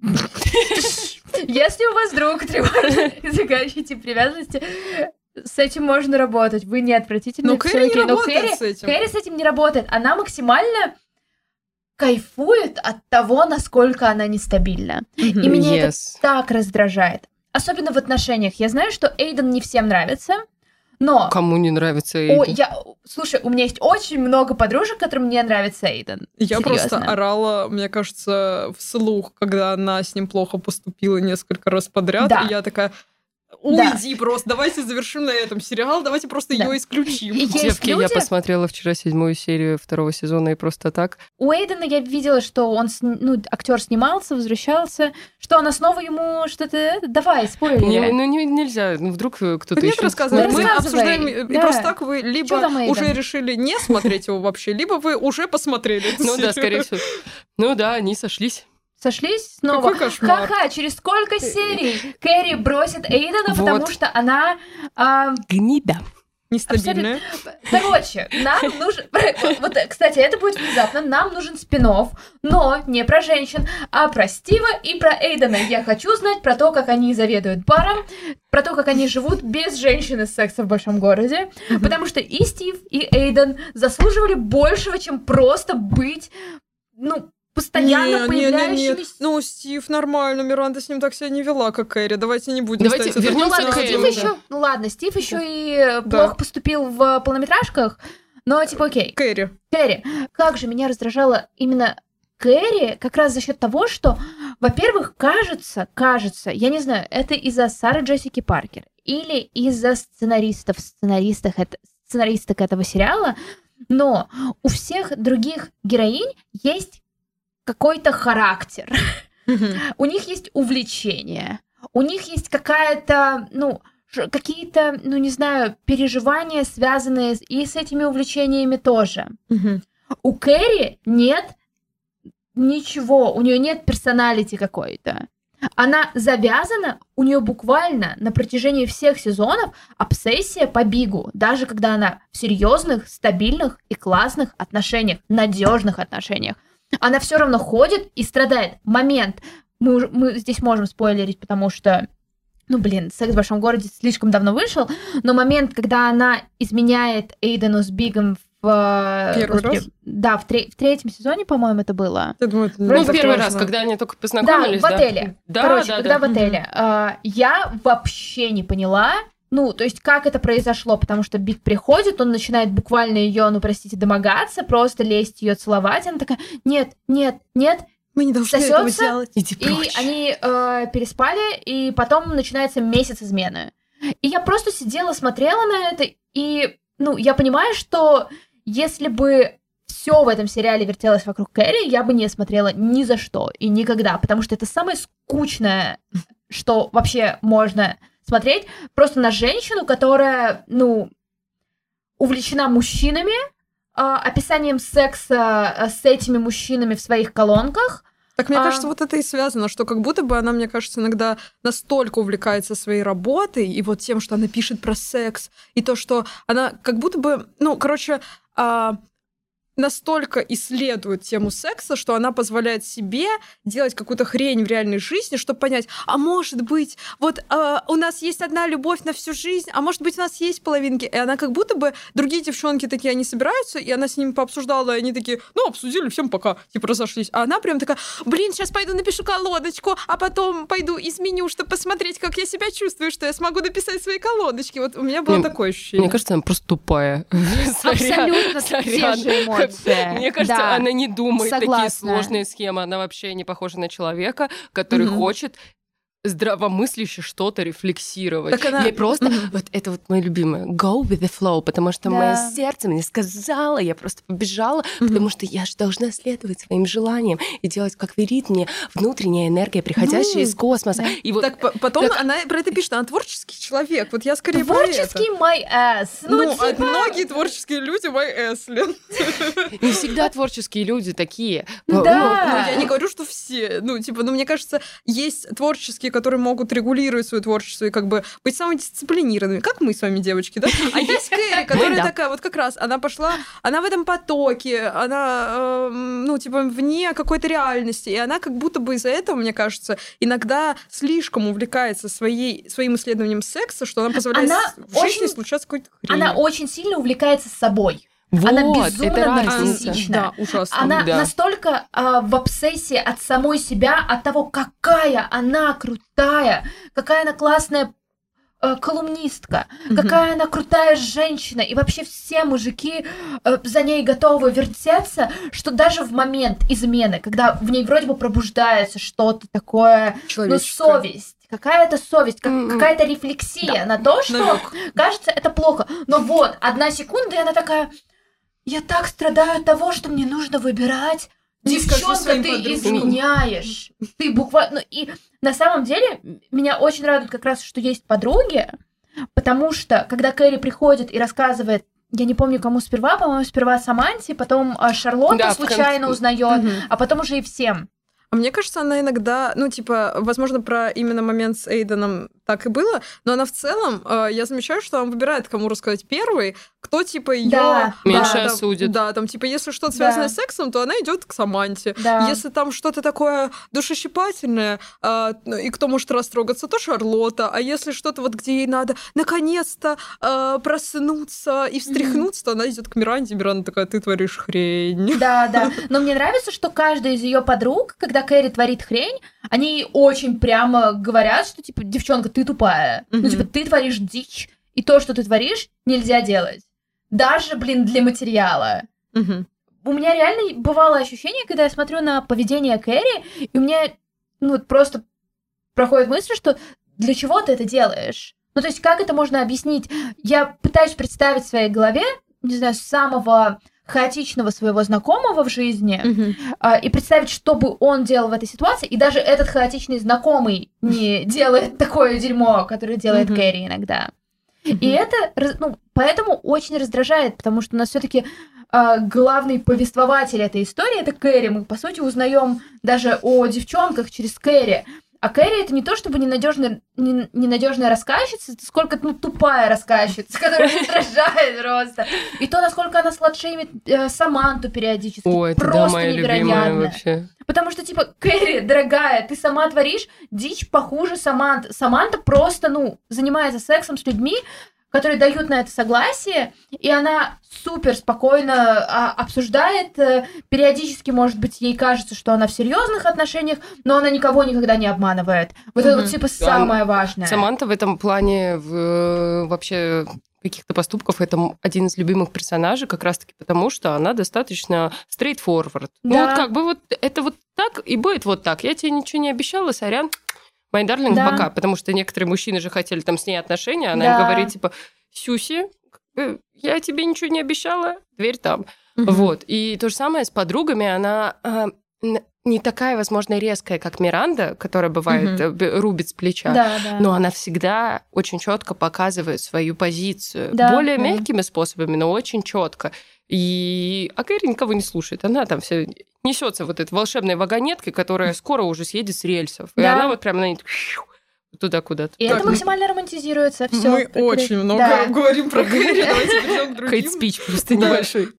Если у вас друг тревожно избегающий тип привязанности, с этим можно работать. Вы не отвратительны. Но Кэрри не работает с этим. Кэрри с этим не работает. Она максимально кайфует от того, насколько она нестабильна. И меня это так раздражает. Особенно в отношениях. Я знаю, что Эйден не всем нравится. Но... Кому не нравится Эйден? Слушай, у меня есть очень много подружек, которым не нравится Эйден. Я просто орала, мне кажется, вслух, когда она с ним плохо поступила несколько раз подряд. Да. И я такая, уйди просто, давайте завершим на этом сериал, давайте просто ее исключим. Девки, я посмотрела вчера 7-ю серию 2-го сезона и просто так. У Эйдена я видела, что он, актер снимался, возвращался, что она снова ему что-то... Давай, спойлери. Нельзя, вдруг кто-то еще... Нет, рассказывай. Мы обсуждаем, и просто так вы либо уже решили не смотреть его вообще, либо вы уже посмотрели эту серию. Да, скорее всего. Ну да, они сошлись. Сошлись снова? Какой кошмар. Ха-ха, через сколько серий Кэрри бросит Эйдена, потому что она... Гнида. Нестабильная. Короче, нам нужен... Вот, кстати, это будет внезапно. Нам нужен спин-офф, но не про женщин, а про Стива и про Эйдена. Я хочу знать про то, как они заведуют баром, про то, как они живут без женщины с секса в большом городе, потому что и Стив, и Эйден заслуживали большего, чем просто быть, постоянно появляющимися... Ну, Стив нормально, Миранда с ним так себя не вела, как Кэрри. Давайте не будем ставить это. Ладно, Стив еще и плохо поступил в полнометражках, но типа окей. Кэрри. Как же меня раздражало именно Кэрри как раз за счет того, что, во-первых, кажется, я не знаю, это из-за Сары Джессики Паркер или из-за сценаристок этого сериала, но у всех других героинь есть какой-то характер. У них есть увлечение. У них есть какая-то, какие-то, не знаю, переживания, связанные и с этими увлечениями тоже. У Кэрри нет ничего, у нее нет персоналити какой-то. Она завязана, у нее буквально на протяжении всех сезонов обсессия по Бигу, даже когда она в серьезных, стабильных и классных отношениях, надежных отношениях. Она все равно ходит и страдает. Момент. Мы здесь можем спойлерить, потому что, «Секс в большом городе» слишком давно вышел, но момент, когда она изменяет Эйдену с Бигом Первый раз? Да, в третьем сезоне, по-моему, это было. Я думаю, это первый раз, когда они только познакомились. Да, в отеле. В отеле. Я вообще не поняла, ну, то есть как это произошло, потому что Биг приходит, он начинает буквально ее, ну, простите, домогаться, просто лезть ее целовать, она такая, нет, мы не должны этого делать. Иди прочь. И они переспали, и потом начинается месяц измены. И я просто сидела, смотрела на это, и, ну, я понимаю, что если бы все в этом сериале вертелось вокруг Кэрри, я бы не смотрела ни за что и никогда, потому что это самое скучное, что вообще можно смотреть, просто на женщину, которая, ну, увлечена мужчинами, описанием секса с этими мужчинами в своих колонках. Так мне кажется, вот это и связано, что как будто бы она, мне кажется, иногда настолько увлекается своей работой и вот тем, что она пишет про секс, и то, что она как будто бы, ну, короче, настолько исследует тему секса, что она позволяет себе делать какую-то хрень в реальной жизни, чтобы понять, а может быть, вот у нас есть одна любовь на всю жизнь, а может быть, у нас есть половинки. И она как будто бы, другие девчонки такие, они собираются, и она с ними пообсуждала, и они такие, ну, обсудили, всем пока, типа, разошлись. А она прям такая, блин, сейчас пойду напишу колодочку, а потом пойду изменю, чтобы посмотреть, как я себя чувствую, что я смогу написать свои колодочки. Вот у меня было такое ощущение. Мне кажется, она просто тупая. Абсолютно те же эмоции. Мне кажется, она не думает Согласна. такие сложные схемы. Она вообще не похожа на человека, который хочет здравомысляще что-то рефлексировать. Так она... Ей просто... Вот это вот мое любимое. Go with the flow, потому что мое сердце мне сказало, я просто побежала, потому что я же должна следовать своим желаниям и делать, как велит мне внутренняя энергия, приходящая из космоса. И вот... Так потом она про это пишет, она творческий человек. Вот я скорее творческий my ass. Ну, типа... многие творческие люди my ass, Лен. Не всегда творческие люди такие. Да. Ну, я не говорю, что все. Ну, типа, мне кажется, есть творческие, которые могут регулировать свое творчество и как бы быть самодисциплинированными, как мы с вами, девочки, да? А есть Кэрри, которая такая, вот как раз, она пошла, она в этом потоке, она, ну, типа, вне какой-то реальности, и она как будто бы из-за этого, мне кажется, иногда слишком увлекается своим исследованием секса, что она позволяет в жизни случаться какой-то хрень. Она очень сильно увлекается собой. Вот, она безумно это нарциссична. Да, ужасно. Она настолько в обсессии от самой себя, от того, какая она крутая, какая она классная колумнистка, какая она крутая женщина, и вообще все мужики за ней готовы вертеться, что даже в момент измены, когда в ней вроде бы пробуждается что-то такое, ну, совесть, какая-то совесть, какая-то рефлексия на то, что кажется, это плохо. Но вот, 1 секунда, и она такая... Я так страдаю от того, что мне нужно выбирать. Девчонка, ты изменяешь. Ты буквально... И на самом деле меня очень радует как раз, что есть подруги, потому что, когда Кэрри приходит и рассказывает, я не помню, кому сперва, по-моему, сперва Саманте, потом Шарлотта случайно узнает, а потом уже и всем. А мне кажется, она иногда, ну, типа, возможно, про именно момент с Эйденом так и было, но она в целом, я замечаю, что она выбирает, кому рассказать первый, кто, типа, ее меньше осудит. Да, там, типа, если что-то связанное с сексом, то она идет к Саманте. Да. Если там что-то такое душещипательное, и кто может растрогаться, то Шарлотта. А если что-то вот, где ей надо наконец-то проснуться и встряхнуться, то она идет к Миранде, и Миранда такая, ты творишь хрень. Да, да. Но мне нравится, что каждая из ее подруг, когда Кэрри творит хрень, они очень прямо говорят, что, типа, девчонка, ты тупая. Ну, типа, ты творишь дичь, и то, что ты творишь, нельзя делать. Даже, блин, для материала. У меня реально бывало ощущение, когда я смотрю на поведение Кэрри, и у меня, ну, просто проходит мысль, что для чего ты это делаешь? Ну, то есть, как это можно объяснить? Я пытаюсь представить в своей голове, не знаю, самого хаотичного своего знакомого в жизни и представить, что бы он делал в этой ситуации, и даже этот хаотичный знакомый не делает такое дерьмо, которое делает Кэрри иногда. И это, ну, поэтому очень раздражает, потому что у нас все-таки главный повествователь этой истории — это Кэрри. Мы, по сути, узнаем даже о девчонках через Кэрри. А Кэрри — это не то чтобы ненадежная рассказчица, это сколько, ну, тупая рассказчица, которая раздражает просто. И то, насколько она сладшеймит Саманту периодически. О, это просто да, моя невероятно. любимая вообще. Потому что, типа, Кэрри, дорогая, ты сама творишь дичь похуже Саманты. Саманта просто, ну, занимается сексом с людьми, которые дают на это согласие, и она супер спокойно обсуждает. Периодически, может быть, ей кажется, что она в серьезных отношениях, но она никого никогда не обманывает. Вот это вот типа самое важное. Саманта в этом плане вообще каких-то поступков это один из любимых персонажей, как раз-таки потому, что она достаточно straightforward. Да. Ну вот как бы вот это вот так и будет вот так. Я тебе ничего не обещала, сорян. Мой дарлинг, пока. Потому что некоторые мужчины же хотели там с ней отношения, она им говорит, типа, Сюси, я тебе ничего не обещала, дверь там. Вот. И то же самое с подругами, она не такая, возможно, резкая, как Миранда, которая бывает рубит с плеча, но она всегда очень четко показывает свою позицию. Более мягкими способами, но очень четко. А Кэрри никого не слушает. Она там вся несется вот этой волшебной вагонеткой, которая скоро уже съедет с рельсов. И она вот прям туда куда-то. И это максимально романтизируется. Всё. Мы очень много говорим про Кэрри. Давайте перейдем к другим. Хейт-спич просто небольшой.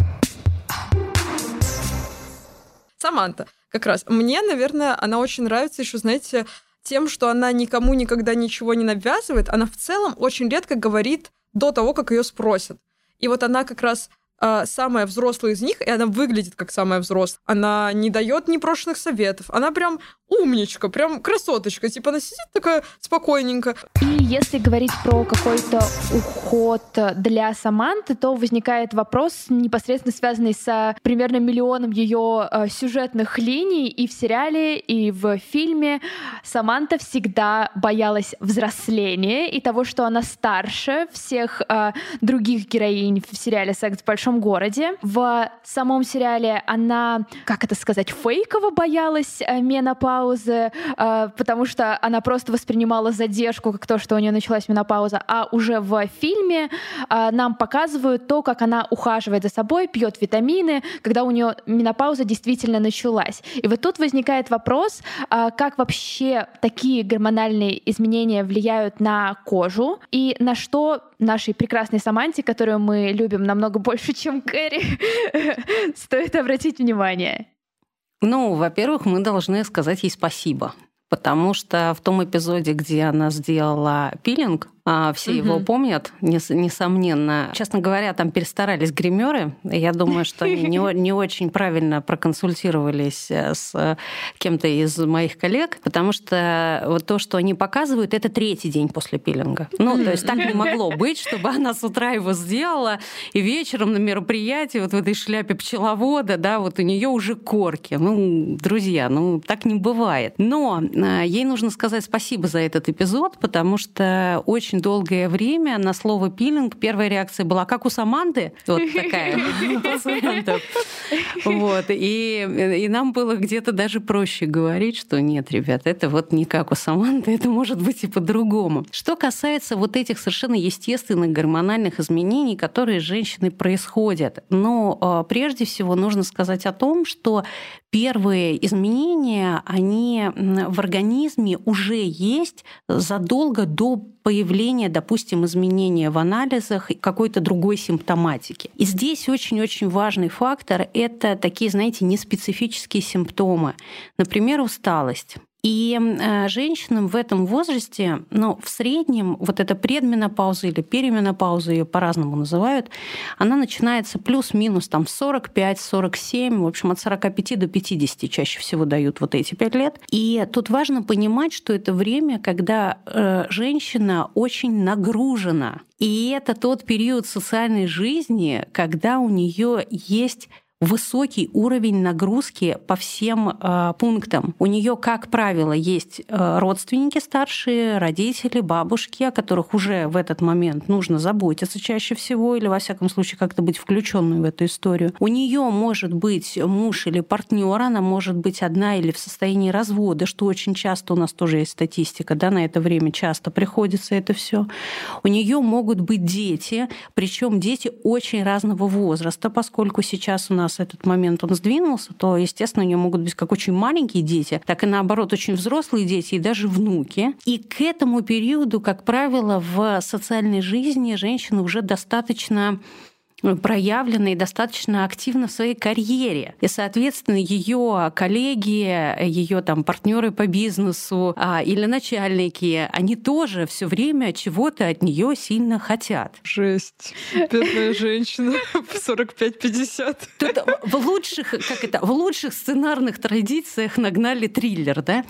Саманта, как раз. Мне, наверное, она очень нравится еще, знаете, тем, что она никому никогда ничего не навязывает. Она в целом очень редко говорит до того, как ее спросят. И вот она как раз самая взрослая из них, и она выглядит как самая взрослая. Она не дает непрошенных советов. Она прям умничка, прям красоточка. Типа она сидит такая спокойненько. И если говорить про какой-то уход для Саманты, то возникает вопрос, непосредственно связанный с примерно миллионом ее сюжетных линий. И в сериале, и в фильме Саманта всегда боялась взросления и того, что она старше всех других героинь в сериале «Секс в большом городе». В самом сериале она, как это сказать, фейково боялась менопаузы, потому что она просто воспринимала задержку как то, что у нее началась менопауза. А уже в фильме нам показывают то, как она ухаживает за собой, пьет витамины, когда у нее менопауза действительно началась. И вот тут возникает вопрос, как вообще такие гормональные изменения влияют на кожу и на что нашей прекрасной Саманте, которую мы любим намного больше, чем Кэрри, стоит обратить внимание. Ну, во-первых, мы должны сказать ей спасибо, потому что в том эпизоде, где она сделала пилинг, все его помнят, несомненно. Честно говоря, там перестарались гримеры. Я думаю, что они не очень правильно проконсультировались с кем-то из моих коллег, потому что вот то, что они показывают, это 3-й день после пилинга. Ну, то есть так не могло быть, чтобы она с утра его сделала, и вечером на мероприятии вот в этой шляпе пчеловода, да, вот у нее уже корки. Ну, друзья, ну так не бывает. Но ей нужно сказать спасибо за этот эпизод, потому что очень долгое время на слово пилинг первая реакция была как у Саманты, вот такая у пациентов. Вот. И нам было где-то даже проще говорить, что нет, ребят, это вот не как у Саманты, это может быть и по-другому. Что касается вот этих совершенно естественных гормональных изменений, которые с женщиной происходят, но прежде всего нужно сказать о том, что первые изменения, они в организме уже есть задолго до появления, допустим, изменения в анализах какой-то другой симптоматики. И здесь очень-очень важный фактор — это такие, знаете, неспецифические симптомы. Например, усталость. И женщинам в этом возрасте, ну, в среднем вот эта предменопауза или перименопауза, ее по-разному называют, она начинается плюс-минус там 45-47, в общем, от 45 до 50 чаще всего дают вот эти 5 лет. И тут важно понимать, что это время, когда женщина очень нагружена. И это тот период социальной жизни, когда у нее есть высокий уровень нагрузки по всем пунктам. У нее, как правило, есть родственники старшие, родители, бабушки, о которых уже в этот момент нужно заботиться чаще всего или, во всяком случае, как-то быть включенной в эту историю. У нее может быть муж или партнер, она может быть одна или в состоянии развода, что очень часто у нас тоже есть статистика, да, на это время часто приходится это все. У нее могут быть дети, причем дети очень разного возраста, поскольку сейчас у нас этот момент он сдвинулся, то, естественно, у нее могут быть как очень маленькие дети, так и, наоборот, очень взрослые дети и даже внуки. И к этому периоду, как правило, в социальной жизни женщина уже достаточно проявлена и достаточно активна в своей карьере. И, соответственно, ее коллеги, ее там партнеры по бизнесу или начальники, они тоже все время чего-то от нее сильно хотят. Жесть. Бедная женщина в 45-50. Тут в лучших сценарных традициях нагнали триллер, да?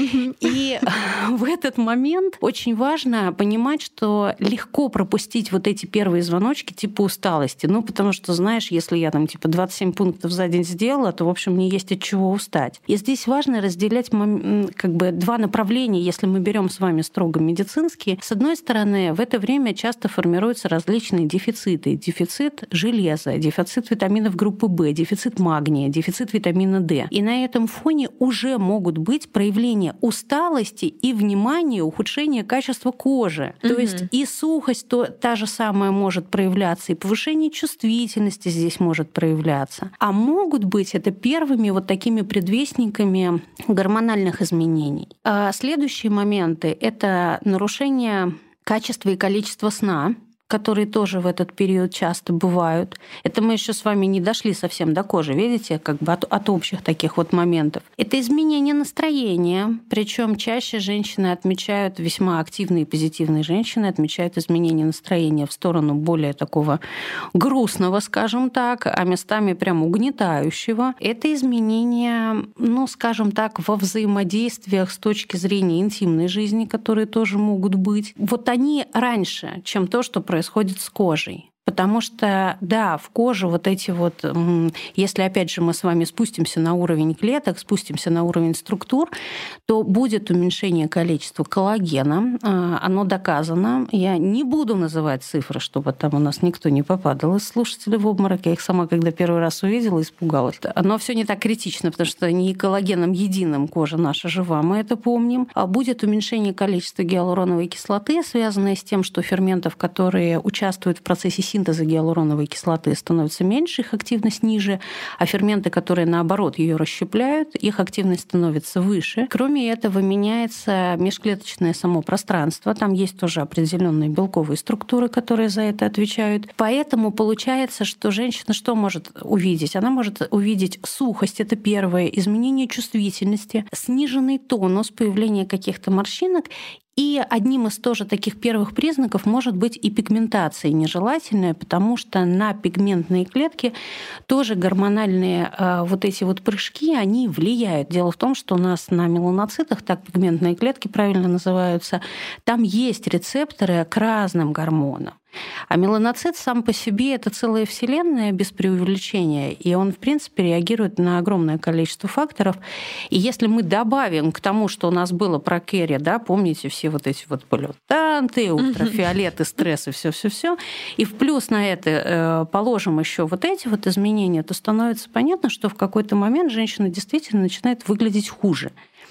И в этот момент очень важно понимать, что легко пропустить вот эти первые звоночки типа усталости. Ну, потому что, знаешь, если я там типа 27 пунктов за день сделала, то, в общем, мне есть от чего устать. И здесь важно разделять как бы два направления, если мы берем с вами строго медицинские. С одной стороны, в это время часто формируются различные дефициты. Дефицит железа, дефицит витаминов группы В, дефицит магния, дефицит витамина D. И на этом фоне уже могут быть проявления усталости и, внимание, ухудшение качества кожи. То есть и сухость та же самая может проявляться, и повышение чувствительности здесь может проявляться. А могут быть это первыми вот такими предвестниками гормональных изменений. Следующие моменты — это нарушение качества и количества сна, которые тоже в этот период часто бывают. Это мы еще с вами не дошли совсем до кожи, видите, как бы от общих таких вот моментов. Это изменение настроения, причем чаще женщины отмечают, весьма активные и позитивные женщины отмечают изменение настроения в сторону более такого грустного, скажем так, а местами прям угнетающего. Это изменения, ну, скажем так, во взаимодействиях с точки зрения интимной жизни, которые тоже могут быть. Вот они раньше, чем то, что происходит с кожей. Потому что, да, в коже вот эти вот, если опять же мы с вами спустимся на уровень клеток, спустимся на уровень структур, то будет уменьшение количества коллагена. Оно доказано. Я не буду называть цифры, чтобы там у нас никто не попадал из слушателей в обморок. Я их сама, когда первый раз увидела, испугалась. Но все не так критично, потому что не коллагеном единым кожа наша жива, мы это помним. А будет уменьшение количества гиалуроновой кислоты, связанное с тем, что ферментов, которые участвуют в процессе синтеза гиалуроновой кислоты, становится меньше, их активность ниже, а ферменты, которые наоборот ее расщепляют, их активность становится выше. Кроме этого, меняется межклеточное само пространство. Там есть тоже определенные белковые структуры, которые за это отвечают. Поэтому получается, что женщина что может увидеть? Она может увидеть сухость, это первое, изменение чувствительности, сниженный тонус, появление каких-то морщинок. И одним из тоже таких первых признаков может быть и пигментация нежелательная, потому что на пигментные клетки тоже гормональные вот эти вот прыжки, они влияют. Дело в том, что у нас на меланоцитах, так пигментные клетки правильно называются, там есть рецепторы к разным гормонам. А меланоцит сам по себе — это целая вселенная без преувеличения, и он, в принципе, реагирует на огромное количество факторов. И если мы добавим к тому, что у нас было про Керри, да, помните все вот эти вот полютанты, ультрафиолеты, стрессы, все, и в плюс на это положим еще вот эти вот изменения, то становится понятно, что в какой-то момент женщина действительно начинает выглядеть хуже.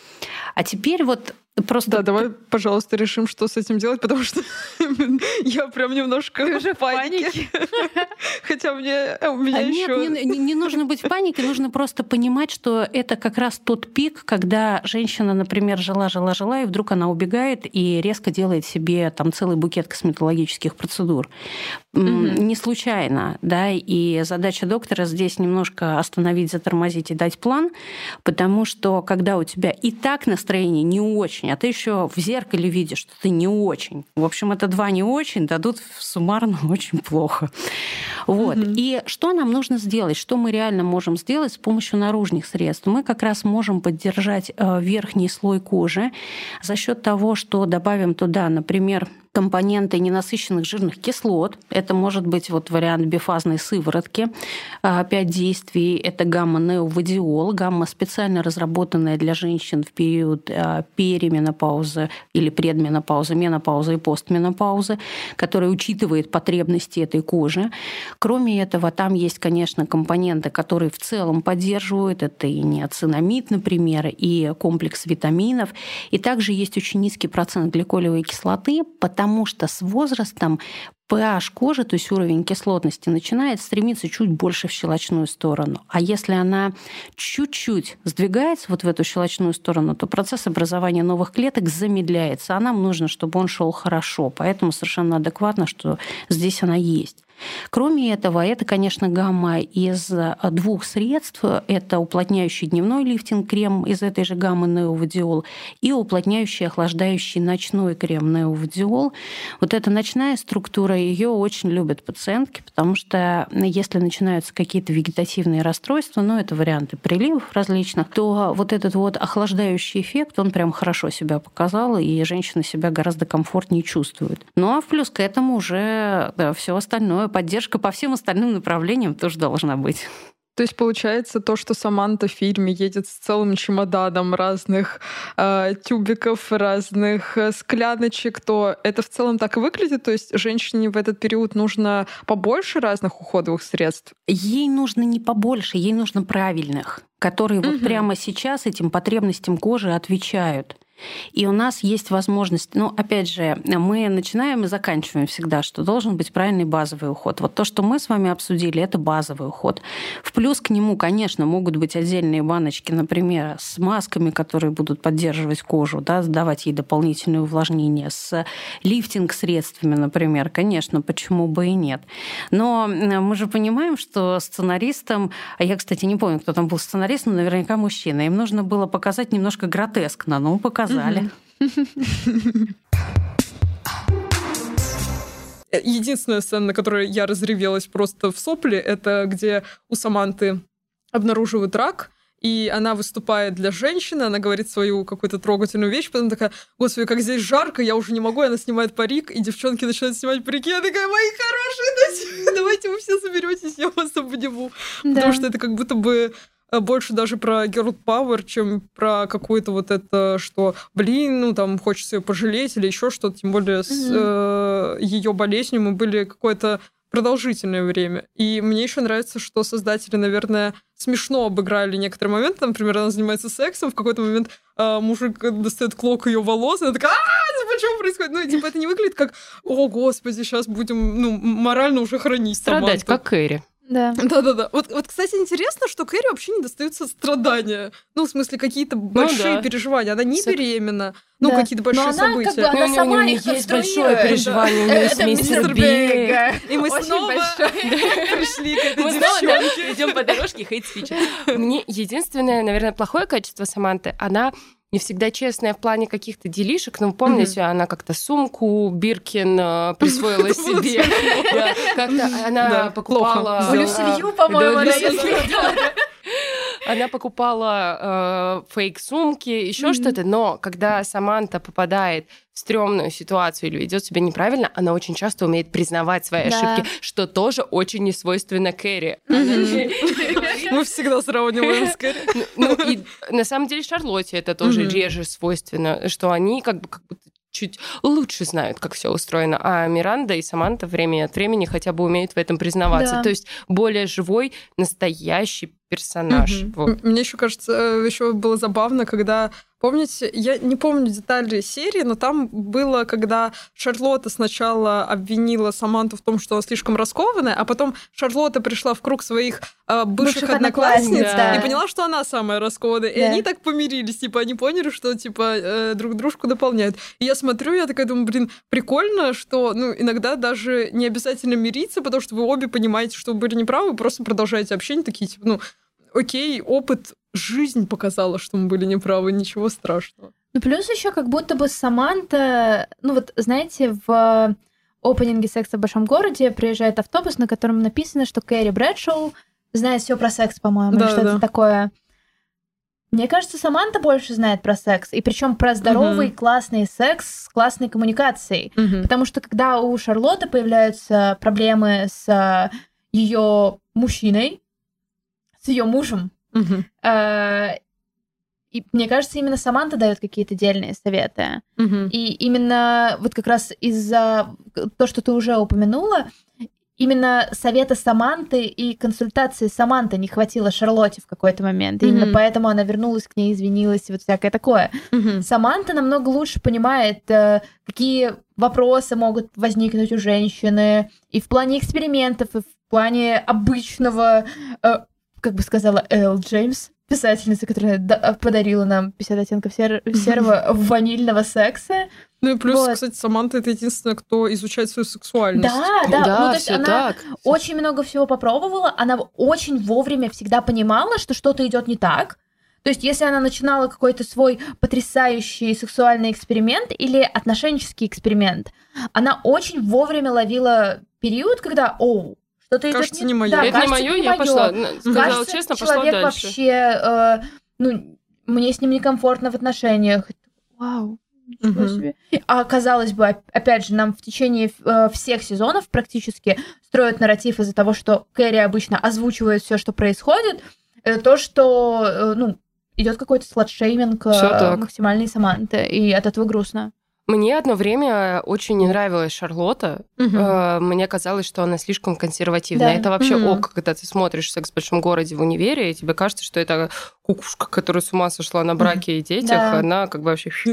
А теперь вот просто... Да, давай, пожалуйста, решим, что с этим делать, потому что я прям немножко в панике. Хотя у меня еще... Нет, не нужно быть в панике, нужно просто понимать, что это как раз тот пик, когда женщина, например, жила, и вдруг она убегает и резко делает себе там целый букет косметологических процедур. Не случайно, да, и задача доктора здесь немножко остановить, затормозить и дать план, потому что когда у тебя и так настроение не очень, а ты еще в зеркале видишь, что ты не очень. В общем, это два не очень дадут суммарно очень плохо. Вот. И что нам нужно сделать? Что мы реально можем сделать с помощью наружных средств? Мы как раз можем поддержать верхний слой кожи за счет того, что добавим туда, например, компоненты ненасыщенных жирных кислот. Это может быть вот вариант бифазной сыворотки. 5 действий. Это гамма-неовадиол. Гамма специально разработанная для женщин в период перименопаузы или предменопаузы, менопаузы и постменопаузы, которая учитывает потребности этой кожи. Кроме этого, там есть, конечно, компоненты, которые в целом поддерживают. Это и ниацинамид, например, и комплекс витаминов. И также есть очень низкий процент гликолевой кислоты, потому что с возрастом pH кожи, то есть уровень кислотности, начинает стремиться чуть больше в щелочную сторону. А если она чуть-чуть сдвигается вот в эту щелочную сторону, то процесс образования новых клеток замедляется. А нам нужно, чтобы он шел хорошо. Поэтому совершенно адекватно, что здесь она есть. Кроме этого, это, конечно, гамма из 2 средств. Это уплотняющий дневной лифтинг-крем из этой же гаммы Неовидиол и уплотняющий, охлаждающий ночной крем Неовидиол. Вот эта ночная структура, ее очень любят пациентки, потому что если начинаются какие-то вегетативные расстройства, это варианты приливов различных, то вот этот вот охлаждающий эффект, он прям хорошо себя показал, и женщина себя гораздо комфортнее чувствует. Ну а в плюс к этому уже все остальное, поддержка по всем остальным направлениям тоже должна быть. То есть получается то, что Саманта в фильме едет с целым чемоданом разных тюбиков, разных скляночек, то это в целом так и выглядит? То есть женщине в этот период нужно побольше разных уходовых средств? Ей нужно не побольше, ей нужно правильных, которые вот прямо сейчас этим потребностям кожи отвечают. И у нас есть возможность, опять же, мы начинаем и заканчиваем всегда, что должен быть правильный базовый уход. Вот то, что мы с вами обсудили, это базовый уход. В плюс к нему, конечно, могут быть отдельные баночки, например, с масками, которые будут поддерживать кожу, давать ей дополнительное увлажнение, с лифтинг-средствами, например. Конечно, почему бы и нет. Но мы же понимаем, что сценаристам, я, кстати, не помню, кто там был сценарист, но наверняка мужчина, им нужно было показать немножко гротескно, показали. Единственная сцена, на которой я разревелась просто в сопли, это где у Саманты обнаруживают рак, и она выступает для женщины, она говорит свою какую-то трогательную вещь, потом такая: господи, как здесь жарко, я уже не могу, и она снимает парик, и девчонки начинают снимать парики, я такая: мои хорошие, давайте вы все соберетесь, я вас обниму. Да. Потому что это как будто бы больше даже про girl power, чем про какое-то вот это, что, там хочется ее пожалеть или еще что-то, тем более с ее болезнью мы были какое-то продолжительное время. И мне еще нравится, что создатели, наверное, смешно обыграли некоторые моменты. Например, она занимается сексом, в какой-то момент мужик достает клок ее волос, и она такая: почему происходит? Это не выглядит как: о, господи, сейчас будем, морально уже хранить страдать, как Кэрри. Да. Вот, кстати, интересно, что Кэрри вообще не достаются страдания. В смысле, какие-то большие переживания. Она не беременна. Какие-то большие события. Она сама у нее есть большое переживание. У нее есть мистер Биг. И мы снова пришли к этой девчонке. Мы идем по дорожке хейт-спича. Мне единственное, наверное, плохое качество Саманты, она не всегда честная в плане каких-то делишек, но помните, она как-то сумку Биркин присвоила себе. Как-то она покупала... Блюсилью, по-моему, она покупала фейк-сумки, еще что-то, но когда Саманта попадает в стрёмную ситуацию или ведет себя неправильно, она очень часто умеет признавать свои ошибки, что тоже очень несвойственно Кэрри. Мы всегда сравниваем с Кэрри. И на самом деле Шарлотте это тоже реже свойственно, что они как будто чуть лучше знают, как все устроено, а Миранда и Саманта время от времени хотя бы умеют в этом признаваться. Да. То есть более живой, настоящий персонаж. Вот. Мне еще кажется, еще было забавно, когда, помните, я не помню детали серии, но там было, когда Шарлотта сначала обвинила Саманту в том, что она слишком раскованная, а потом Шарлотта пришла в круг своих бывших одноклассниц и поняла, что она самая раскованная. И они так помирились, они поняли, что друг дружку дополняют. И я смотрю, я такая думаю, прикольно, что иногда даже не обязательно мириться, потому что вы обе понимаете, что вы были неправы, вы просто продолжаете общение, такие, окей, опыт, жизнь показала, что мы были неправы, ничего страшного. Плюс еще как будто бы Саманта, знаете, в опенинге «Секса в большом городе» приезжает автобус, на котором написано, что Кэрри Брэдшоу знает все про секс, по-моему, или что-то такое. Мне кажется, Саманта больше знает про секс, и причем про здоровый, классный секс с классной коммуникацией. Потому что когда у Шарлотты появляются проблемы с ее мужчиной, с ее мужем, и мне кажется, именно Саманта дает какие-то дельные советы. И именно вот как раз из-за то, что ты уже упомянула, именно совета Саманты и консультации Саманты не хватило Шарлотте в какой-то момент. И именно поэтому она вернулась к ней, извинилась и вот всякое такое. Саманта намного лучше понимает, какие вопросы могут возникнуть у женщины и в плане экспериментов, и в плане обычного, как бы сказала Эл Джеймс, писательница, которая подарила нам 50 оттенков серого ванильного секса. Ну и плюс, кстати, Саманта — это единственная, кто изучает свою сексуальность. Да. Ну, то есть она очень много всего попробовала, она очень вовремя всегда понимала, что что-то идет не так. То есть если она начинала какой-то свой потрясающий сексуальный эксперимент или отношенческий эксперимент, она очень вовремя ловила период, когда, что-то идет кажется, не моё. Да, это не моё, я пошла, сказала честно, пошла человек дальше. Вообще, мне с ним некомфортно в отношениях. Вау. Ничего себе. А казалось бы, опять же, нам в течение всех сезонов практически строят нарратив из-за того, что Кэрри обычно озвучивает все, что происходит, то, что идет какой-то сладшейминг максимальной Саманты, и от этого грустно. Мне одно время очень не нравилась Шарлотта. Мне казалось, что она слишком консервативная. Да. Это вообще ок, когда ты смотришь «Секс в большом городе» в универе, и тебе кажется, что это кукушка, которая с ума сошла на браке и детях, она как бы вообще...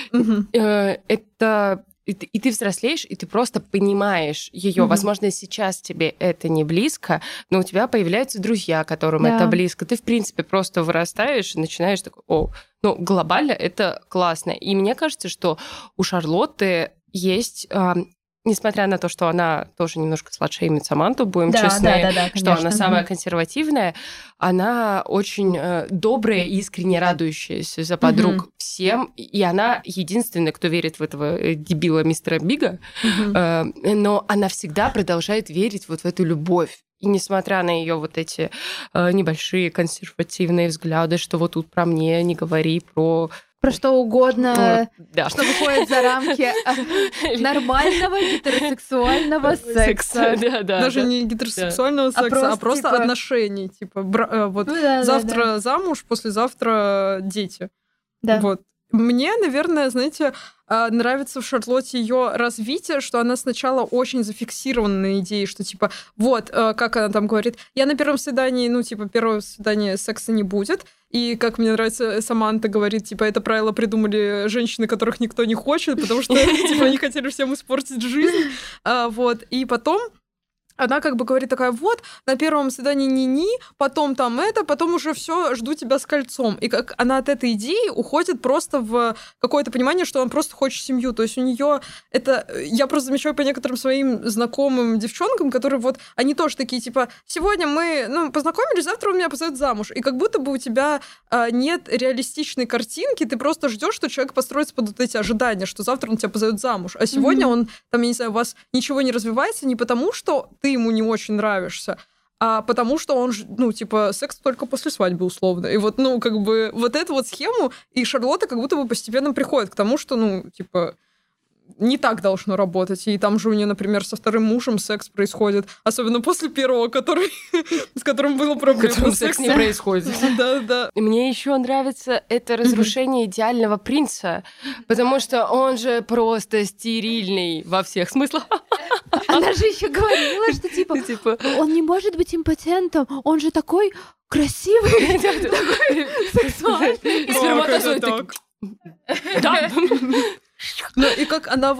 Это... И ты взрослеешь, и ты просто понимаешь ее. Возможно, сейчас тебе это не близко, но у тебя появляются друзья, которым это близко. Ты, в принципе, просто вырастаешь и начинаешь такой, глобально это классно. И мне кажется, что у Шарлотты есть... Несмотря на то, что она тоже немножко сладшеймит Саманту, будем честны, что она самая консервативная, она очень добрая и искренне радующаяся за подруг всем, и она единственная, кто верит в этого дебила мистера Бига, но она всегда продолжает верить вот в эту любовь. И несмотря на ее вот эти небольшие консервативные взгляды, что вот тут про мне не говори, про что угодно, что выходит за рамки нормального гетеросексуального секса. Даже не гетеросексуального секса, а просто отношений. Типа, завтра замуж, послезавтра дети. Вот. Мне, наверное, знаете, нравится в Шарлотте ее развитие, что она сначала очень зафиксирована на идее, что типа, как она там говорит, я на первом свидании, первого свидания секса не будет. И, как мне нравится, Саманта говорит, типа, это правило придумали женщины, которых никто не хочет, потому что, типа, они хотели всем испортить жизнь. И потом она как бы говорит такая, на первом свидании ни-ни, потом там потом уже все жду тебя с кольцом. И как она от этой идеи уходит просто в какое-то понимание, что она просто хочет семью. То есть у нее это... Я просто замечаю по некоторым своим знакомым девчонкам, которые они тоже такие, типа, сегодня мы познакомились, завтра он меня позовет замуж. И как будто бы у тебя нет реалистичной картинки, ты просто ждешь, что человек построится под эти ожидания, что завтра он тебя позовет замуж. А сегодня он, там, я не знаю, у вас ничего не развивается не потому, что ты ему не очень нравишься, а потому что он, секс только после свадьбы, условно. И эту схему, и Шарлотта как будто бы постепенно приходит к тому, что, не так должно работать. И там же у нее, например, со вторым мужем секс происходит, особенно после первого, с которым было проблема. С которым секс не происходит. Да. Мне еще нравится это разрушение идеального принца, потому что он же просто стерильный во всех смыслах. Она же еще говорила, что типа он не может быть импотентом, он же такой красивый, такой сексуальный. Сперматозоид. Да. И как она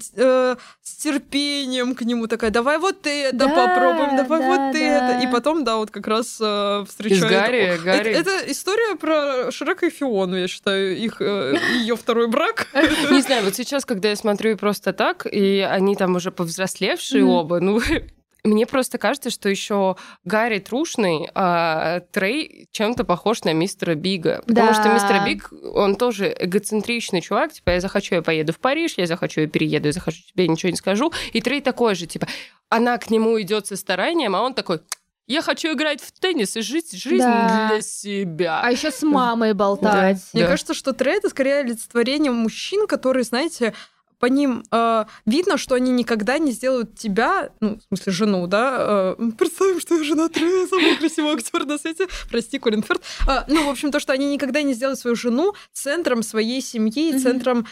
с терпением к нему такая, давай это попробуем, давай это. И потом, как раз встречает... Гарри. Это история про Шрека и Фиону, я считаю, ее второй брак. Не знаю, сейчас, когда я смотрю просто так, и они там уже повзрослевшие оба, мне просто кажется, что еще Гарри трушный, а Трей чем-то похож на мистера Бига. Потому что мистер Биг, он тоже эгоцентричный чувак. Типа, я захочу, я поеду в Париж, я захочу, я перееду, я захочу, тебе ничего не скажу. И Трей такой же, типа, она к нему идет со старанием, а он такой... Я хочу играть в теннис и жить жизнь для себя. А еще с мамой болтать. Мне кажется, что Трей — это скорее олицетворение мужчин, которые, знаете... По ним видно, что они никогда не сделают тебя, в смысле, жену, да? Представим, что я жена Трея, самый красивый актер на свете. Прости, Колин Ферт. В общем, то, что они никогда не сделают свою жену центром своей семьи, центром,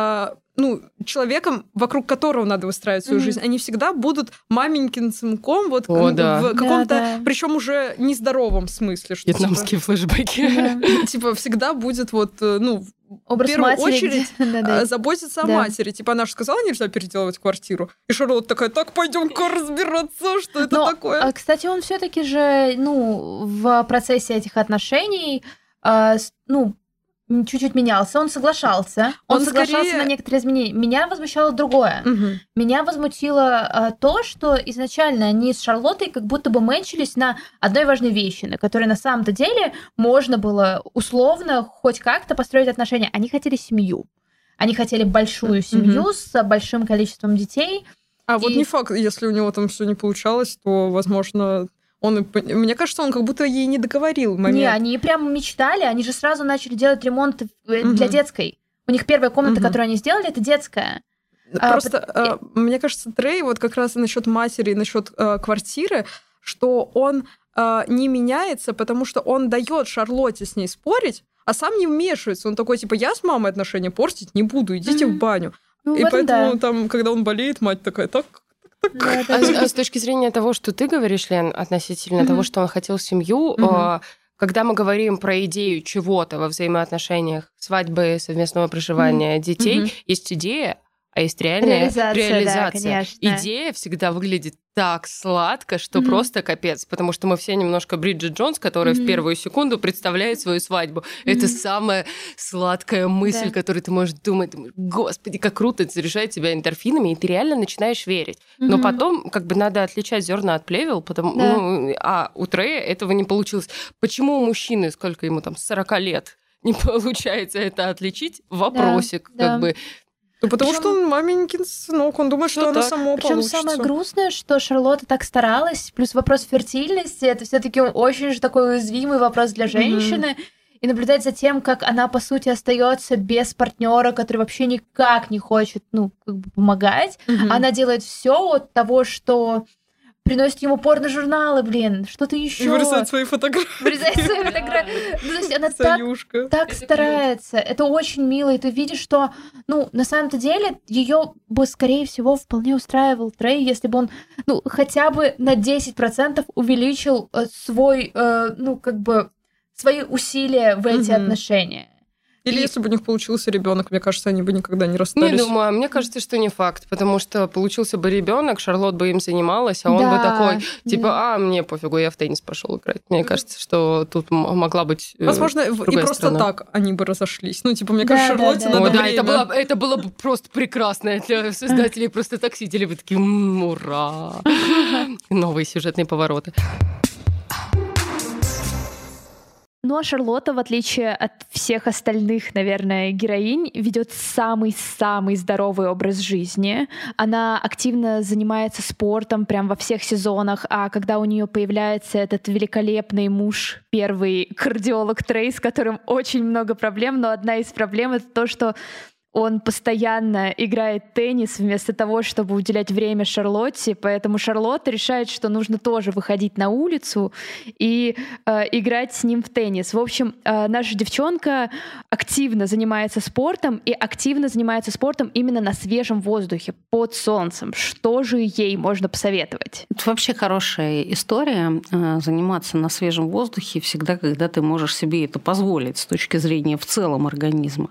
человеком, вокруг которого надо выстраивать свою жизнь. Они всегда будут маменькин сынком, в каком-то, причем уже нездоровом смысле. Вьетнамские флешбеки. Типа, всегда будет образ в первую матери, очередь заботиться о матери. Типа, она же сказала, нельзя переделывать квартиру. И Шарлотта такая, так, пойдем-ка разбираться, что это такое. Кстати, он все-таки же, в процессе этих отношений, чуть-чуть менялся, он соглашался. Он соглашался на некоторые изменения. Меня возмущало другое. Меня возмутило то, что изначально они с Шарлоттой как будто бы мэнчились на одной важной вещи, на которой на самом-то деле можно было условно хоть как-то построить отношения. Они хотели семью. Они хотели большую семью с большим количеством детей. Вот не факт, если у него там все не получалось, то, возможно... Мне кажется, он как будто ей не договорил момент. Не, они прямо мечтали, они же сразу начали делать ремонт для детской. У них первая комната, которую они сделали, это детская. Просто, мне кажется, Трей вот как раз насчет матери, насчет квартиры, что он не меняется, потому что он дает Шарлотте с ней спорить, а сам не вмешивается. Он такой, типа, я с мамой отношения портить не буду, идите в баню. И поэтому там, когда он болеет, мать такая, так... А с точки зрения того, что ты говоришь, Лен, относительно того, что он хотел семью, когда мы говорим про идею чего-то во взаимоотношениях, свадьбы, совместного проживания детей, есть идея, а есть реальная реализация. Да, идея всегда выглядит так сладко, что просто капец, потому что мы все немножко Бриджит Джонс, которая в первую секунду представляет свою свадьбу. Это самая сладкая мысль, которую ты можешь думать, господи, как круто, это заряжает тебя эндорфинами, и ты реально начинаешь верить. Но потом как бы надо отличать зерна от плевел, а у Трея этого не получилось. Почему у мужчины, сколько ему там, 40 лет, не получается это отличить? Вопросик, как бы. Ну, потому что он маменькин сынок, он думает, что оно само получится. Причем самое грустное, что Шарлотта так старалась, плюс вопрос фертильности, это все-таки очень же такой уязвимый вопрос для женщины, и наблюдать за тем, как она, по сути, остается без партнера, который вообще никак не хочет, помогать. Она делает все от того, что приносит ему порно-журналы, что-то еще. И вырезает свои фотографии. То есть она так старается. Это очень мило, и ты видишь, что, на самом-то деле, ее бы, скорее всего, вполне устраивал Трей, если бы он, хотя бы на 10% увеличил свои усилия в эти отношения. Или если бы у них получился ребенок, мне кажется, они бы никогда не расстались. Не думаю, мне кажется, что не факт, потому что получился бы ребенок, Шарлотт бы им занималась, а он бы такой, типа, мне пофигу, я в теннис пошел играть. Мне кажется, что тут могла быть возможно, и просто сторона. Так они бы разошлись. Мне кажется, Шарлотте надо время. Это было бы просто прекрасно для создателей, просто так сидели бы такие, ура! Новые сюжетные повороты. Ну а Шарлотта, в отличие от всех остальных, наверное, героинь, ведет самый-самый здоровый образ жизни. Она активно занимается спортом прям во всех сезонах, а когда у нее появляется этот великолепный муж, первый кардиолог Трей, с которым очень много проблем, но одна из проблем — это то, что он постоянно играет теннис вместо того, чтобы уделять время Шарлотте, поэтому Шарлотта решает, что нужно тоже выходить на улицу и играть с ним в теннис. В общем, наша девчонка активно занимается спортом, и активно занимается спортом именно на свежем воздухе, под солнцем. Что же ей можно посоветовать? Это вообще хорошая история, заниматься на свежем воздухе всегда, когда ты можешь себе это позволить с точки зрения в целом организма.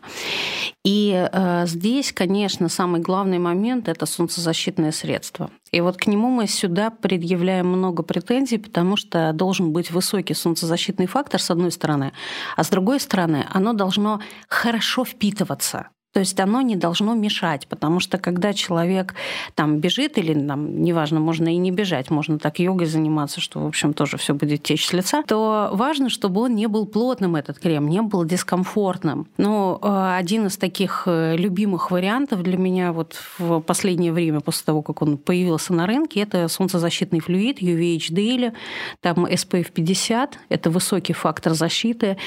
И здесь, конечно, самый главный момент – это солнцезащитное средство. И вот к нему мы сюда предъявляем много претензий, потому что должен быть высокий солнцезащитный фактор, с одной стороны, а с другой стороны, оно должно хорошо впитываться. То есть оно не должно мешать, потому что когда человек там бежит, или неважно, можно и не бежать, можно так йогой заниматься, что, в общем, тоже все будет течь с лица, то важно, чтобы он не был плотным, этот крем, не был дискомфортным. Но один из таких любимых вариантов для меня вот в последнее время, после того, как он появился на рынке, это солнцезащитный флюид UVH Daily, там SPF 50, это высокий фактор защиты.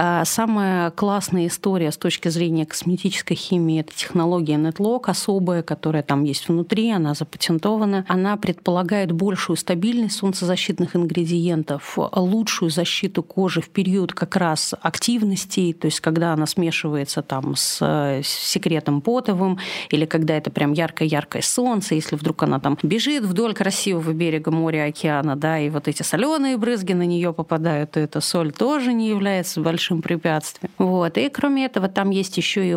Самая классная история с точки зрения косметической химии — это технология NetLock особая, которая там есть внутри, она запатентована. Она предполагает большую стабильность солнцезащитных ингредиентов, лучшую защиту кожи в период как раз активности, то есть когда она смешивается там с секретом потовым, или когда это прям яркое-яркое солнце, если вдруг она там бежит вдоль красивого берега моря, океана, да, и вот эти соленые брызги на нее попадают, то эта соль тоже не является большим препятствием. Вот. И кроме этого там есть еще и ухаживание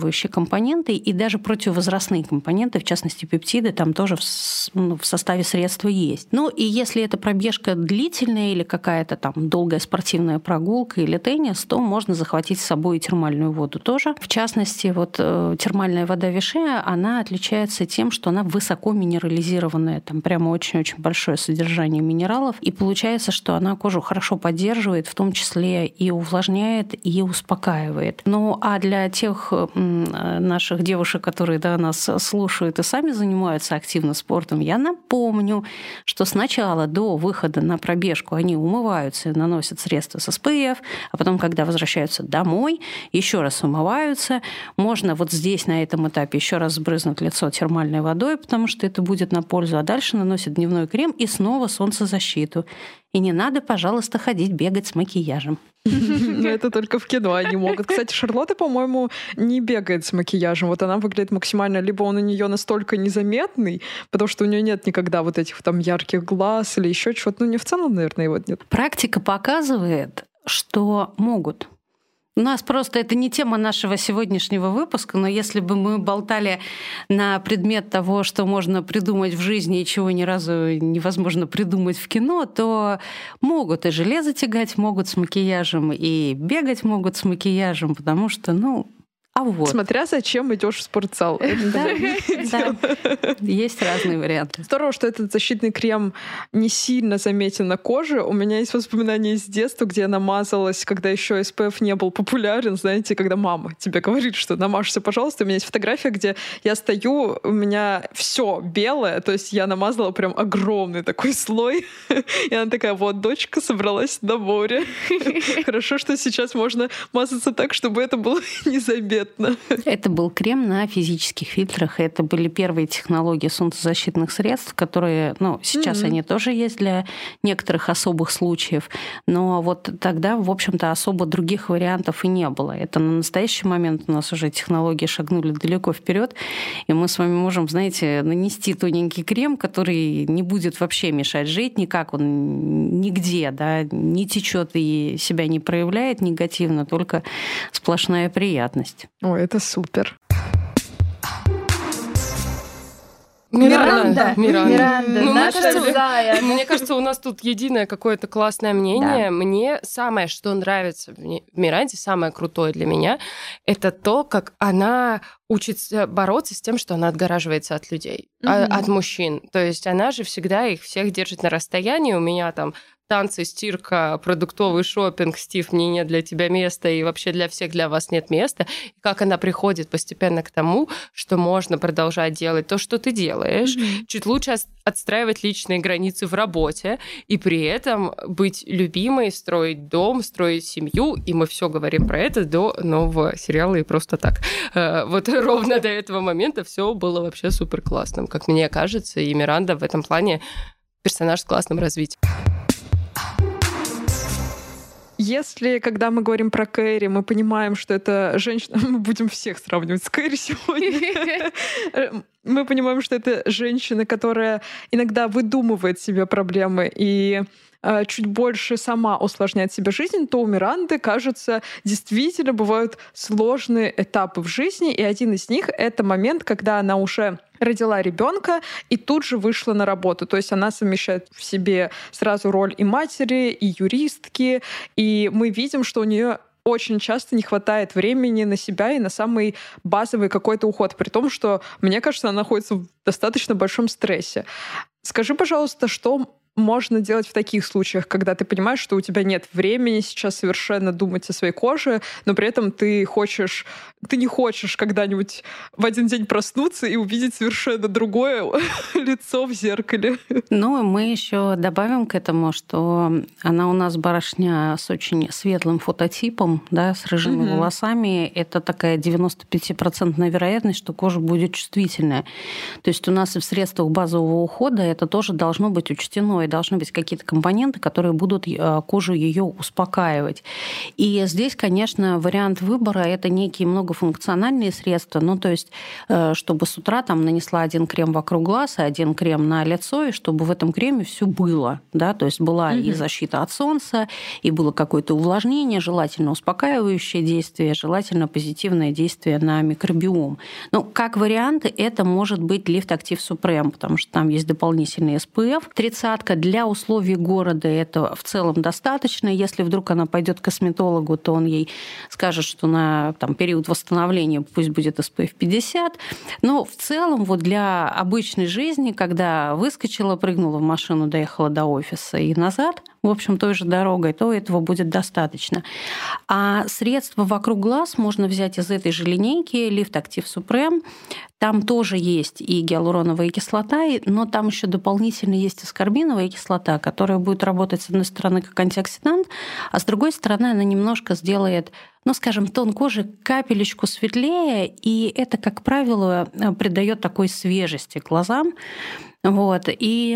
поддерживающие компоненты и даже противовозрастные компоненты, в частности, пептиды, там тоже в составе средства есть. Ну и если это пробежка длительная или какая-то там долгая спортивная прогулка или теннис, то можно захватить с собой и термальную воду тоже. В частности, вот термальная вода Виши, она отличается тем, что она высоко минерализированная, там прямо очень-очень большое содержание минералов, и получается, что она кожу хорошо поддерживает, в том числе и увлажняет, и успокаивает. Ну а для тех наших девушек, которые нас слушают и сами занимаются активно спортом, я напомню, что сначала до выхода на пробежку они умываются и наносят средства с SPF, а потом, когда возвращаются домой, еще раз умываются. Можно вот здесь, на этом этапе, еще раз сбрызнуть лицо термальной водой, потому что это будет на пользу, а дальше наносят дневной крем и снова солнцезащиту. И не надо, пожалуйста, ходить бегать с макияжем. Это только в кино они могут. Кстати, Шарлотта, по-моему, не бегает с макияжем. Вот она выглядит максимально... Либо он у нее настолько незаметный, потому что у нее нет никогда вот этих там ярких глаз или еще чего-то. Ну, не в целом, наверное, его нет. Практика показывает, что могут. У нас просто это не тема нашего сегодняшнего выпуска, но если бы мы болтали на предмет того, что можно придумать в жизни и чего ни разу невозможно придумать в кино, то могут и железо тягать могут с макияжем, и бегать могут с макияжем, потому что, а вот. Смотря зачем идешь в спортзал. Да. Есть разные варианты. Здорово, что этот защитный крем не сильно заметен на коже. У меня есть воспоминания из детства, где я намазалась, когда еще SPF не был популярен. Знаете, когда мама тебе говорит, что намажься, пожалуйста. У меня есть фотография, где я стою, у меня все белое, то есть я намазала прям огромный такой слой. И она такая: вот, дочка собралась на море. Хорошо, что сейчас можно мазаться так, чтобы это было незаметно. Это был крем на физических фильтрах. Это были первые технологии солнцезащитных средств, которые, сейчас они тоже есть для некоторых особых случаев. Но вот тогда, в общем-то, особо других вариантов и не было. Это на настоящий момент у нас уже технологии шагнули далеко вперед, и мы с вами можем, знаете, нанести тоненький крем, который не будет вообще мешать жить никак, он нигде, не течет и себя не проявляет негативно, только сплошная приятность. Ой, это супер. Миранда. Наша зая. Мне кажется, у нас тут единое какое-то классное мнение. Да. Мне самое, что нравится в Миранде, самое крутое для меня, это то, как она учится бороться с тем, что она отгораживается от людей, от мужчин. То есть она же всегда их всех держит на расстоянии. У меня там танцы, стирка, продуктовый шопинг, Стив, мне нет для тебя места, и вообще для всех для вас нет места. И как она приходит постепенно к тому, что можно продолжать делать то, что ты делаешь, чуть лучше отстраивать личные границы в работе, и при этом быть любимой, строить дом, строить семью, и мы все говорим про это до нового сериала и просто так. Вот ровно до этого момента все было вообще супер классным, как мне кажется, и Миранда в этом плане персонаж с классным развитием. Если, когда мы говорим про Кэрри, мы понимаем, что это женщина... Мы будем всех сравнивать с Кэрри сегодня. Мы понимаем, что это женщина, которая иногда выдумывает себе проблемы и чуть больше сама усложняет себе жизнь, то у Миранды, кажется, действительно бывают сложные этапы в жизни, и один из них — это момент, когда она уже родила ребенка и тут же вышла на работу. То есть она совмещает в себе сразу роль и матери, и юристки, и мы видим, что у нее очень часто не хватает времени на себя и на самый базовый какой-то уход, при том, что, мне кажется, она находится в достаточно большом стрессе. Скажи, пожалуйста, что можно делать в таких случаях, когда ты понимаешь, что у тебя нет времени сейчас совершенно думать о своей коже, но при этом ты не хочешь когда-нибудь в один день проснуться и увидеть совершенно другое лицо в зеркале. Ну, мы еще добавим к этому, что она у нас барышня с очень светлым фототипом, с рыжими волосами. Это такая 95% вероятность, что кожа будет чувствительная. То есть у нас и в средствах базового ухода это тоже должно быть учтено. основе должны быть какие-то компоненты, которые будут кожу ее успокаивать. И здесь, конечно, вариант выбора – это некие многофункциональные средства, ну, то есть, чтобы с утра там нанесла один крем вокруг глаз, и один крем на лицо, и чтобы в этом креме все было, да, то есть была и защита от солнца, и было какое-то увлажнение, желательно успокаивающее действие, желательно позитивное действие на микробиом. Ну, как варианты, это может быть Lift Active Supreme, потому что там есть дополнительный SPF. 30-ка для условий города это в целом достаточно. Если вдруг она пойдет к косметологу, то он ей скажет, что на там, период восстановления пусть будет SPF 50. Но в целом вот для обычной жизни, когда выскочила, прыгнула в машину, доехала до офиса и назад, в общем, той же дорогой, то этого будет достаточно. А средства вокруг глаз можно взять из этой же линейки Lift Active Supreme. Там тоже есть и гиалуроновая кислота, но там еще дополнительно есть аскорбиновая кислота, которая будет работать, с одной стороны, как антиоксидант, а с другой стороны, она немножко сделает, ну, скажем, тон кожи капелечку светлее, и это, как правило, придает такой свежести глазам. Вот. И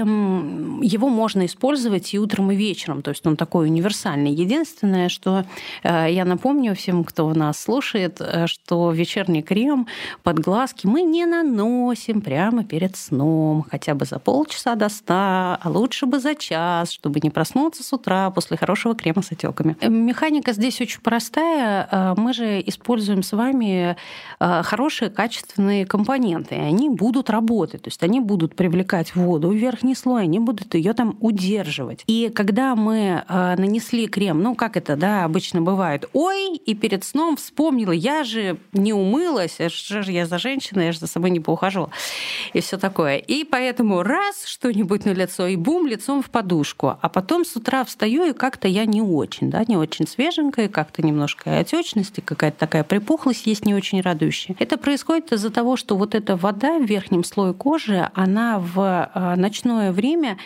его можно использовать и утром, и вечером. То есть он такой универсальный. Единственное, что я напомню всем, кто нас слушает, что вечерний крем под глазки мы не наносим прямо перед сном, хотя бы за полчаса до сна, а лучше бы за час, чтобы не проснуться с утра после хорошего крема с отеками. Механика здесь очень простая. Мы же используем с вами хорошие, качественные компоненты, и они будут работать. То есть они будут привлекать воду в верхний слой, они будут ее там удерживать. И когда мы нанесли крем, ну как это, да, обычно бывает, ой, и перед сном вспомнила, я же не умылась, я за женщиной, я же за собой не поухаживала, и все такое. И поэтому раз что-нибудь на лицо, и бум, лицом в подушку. А потом с утра встаю, и как-то я не очень, да, не очень свеженькая, как-то немножко и отечность, и какая-то такая припухлость есть не очень радующая. Это происходит из-за того, что вот эта вода в верхнем слое кожи, она в ночное время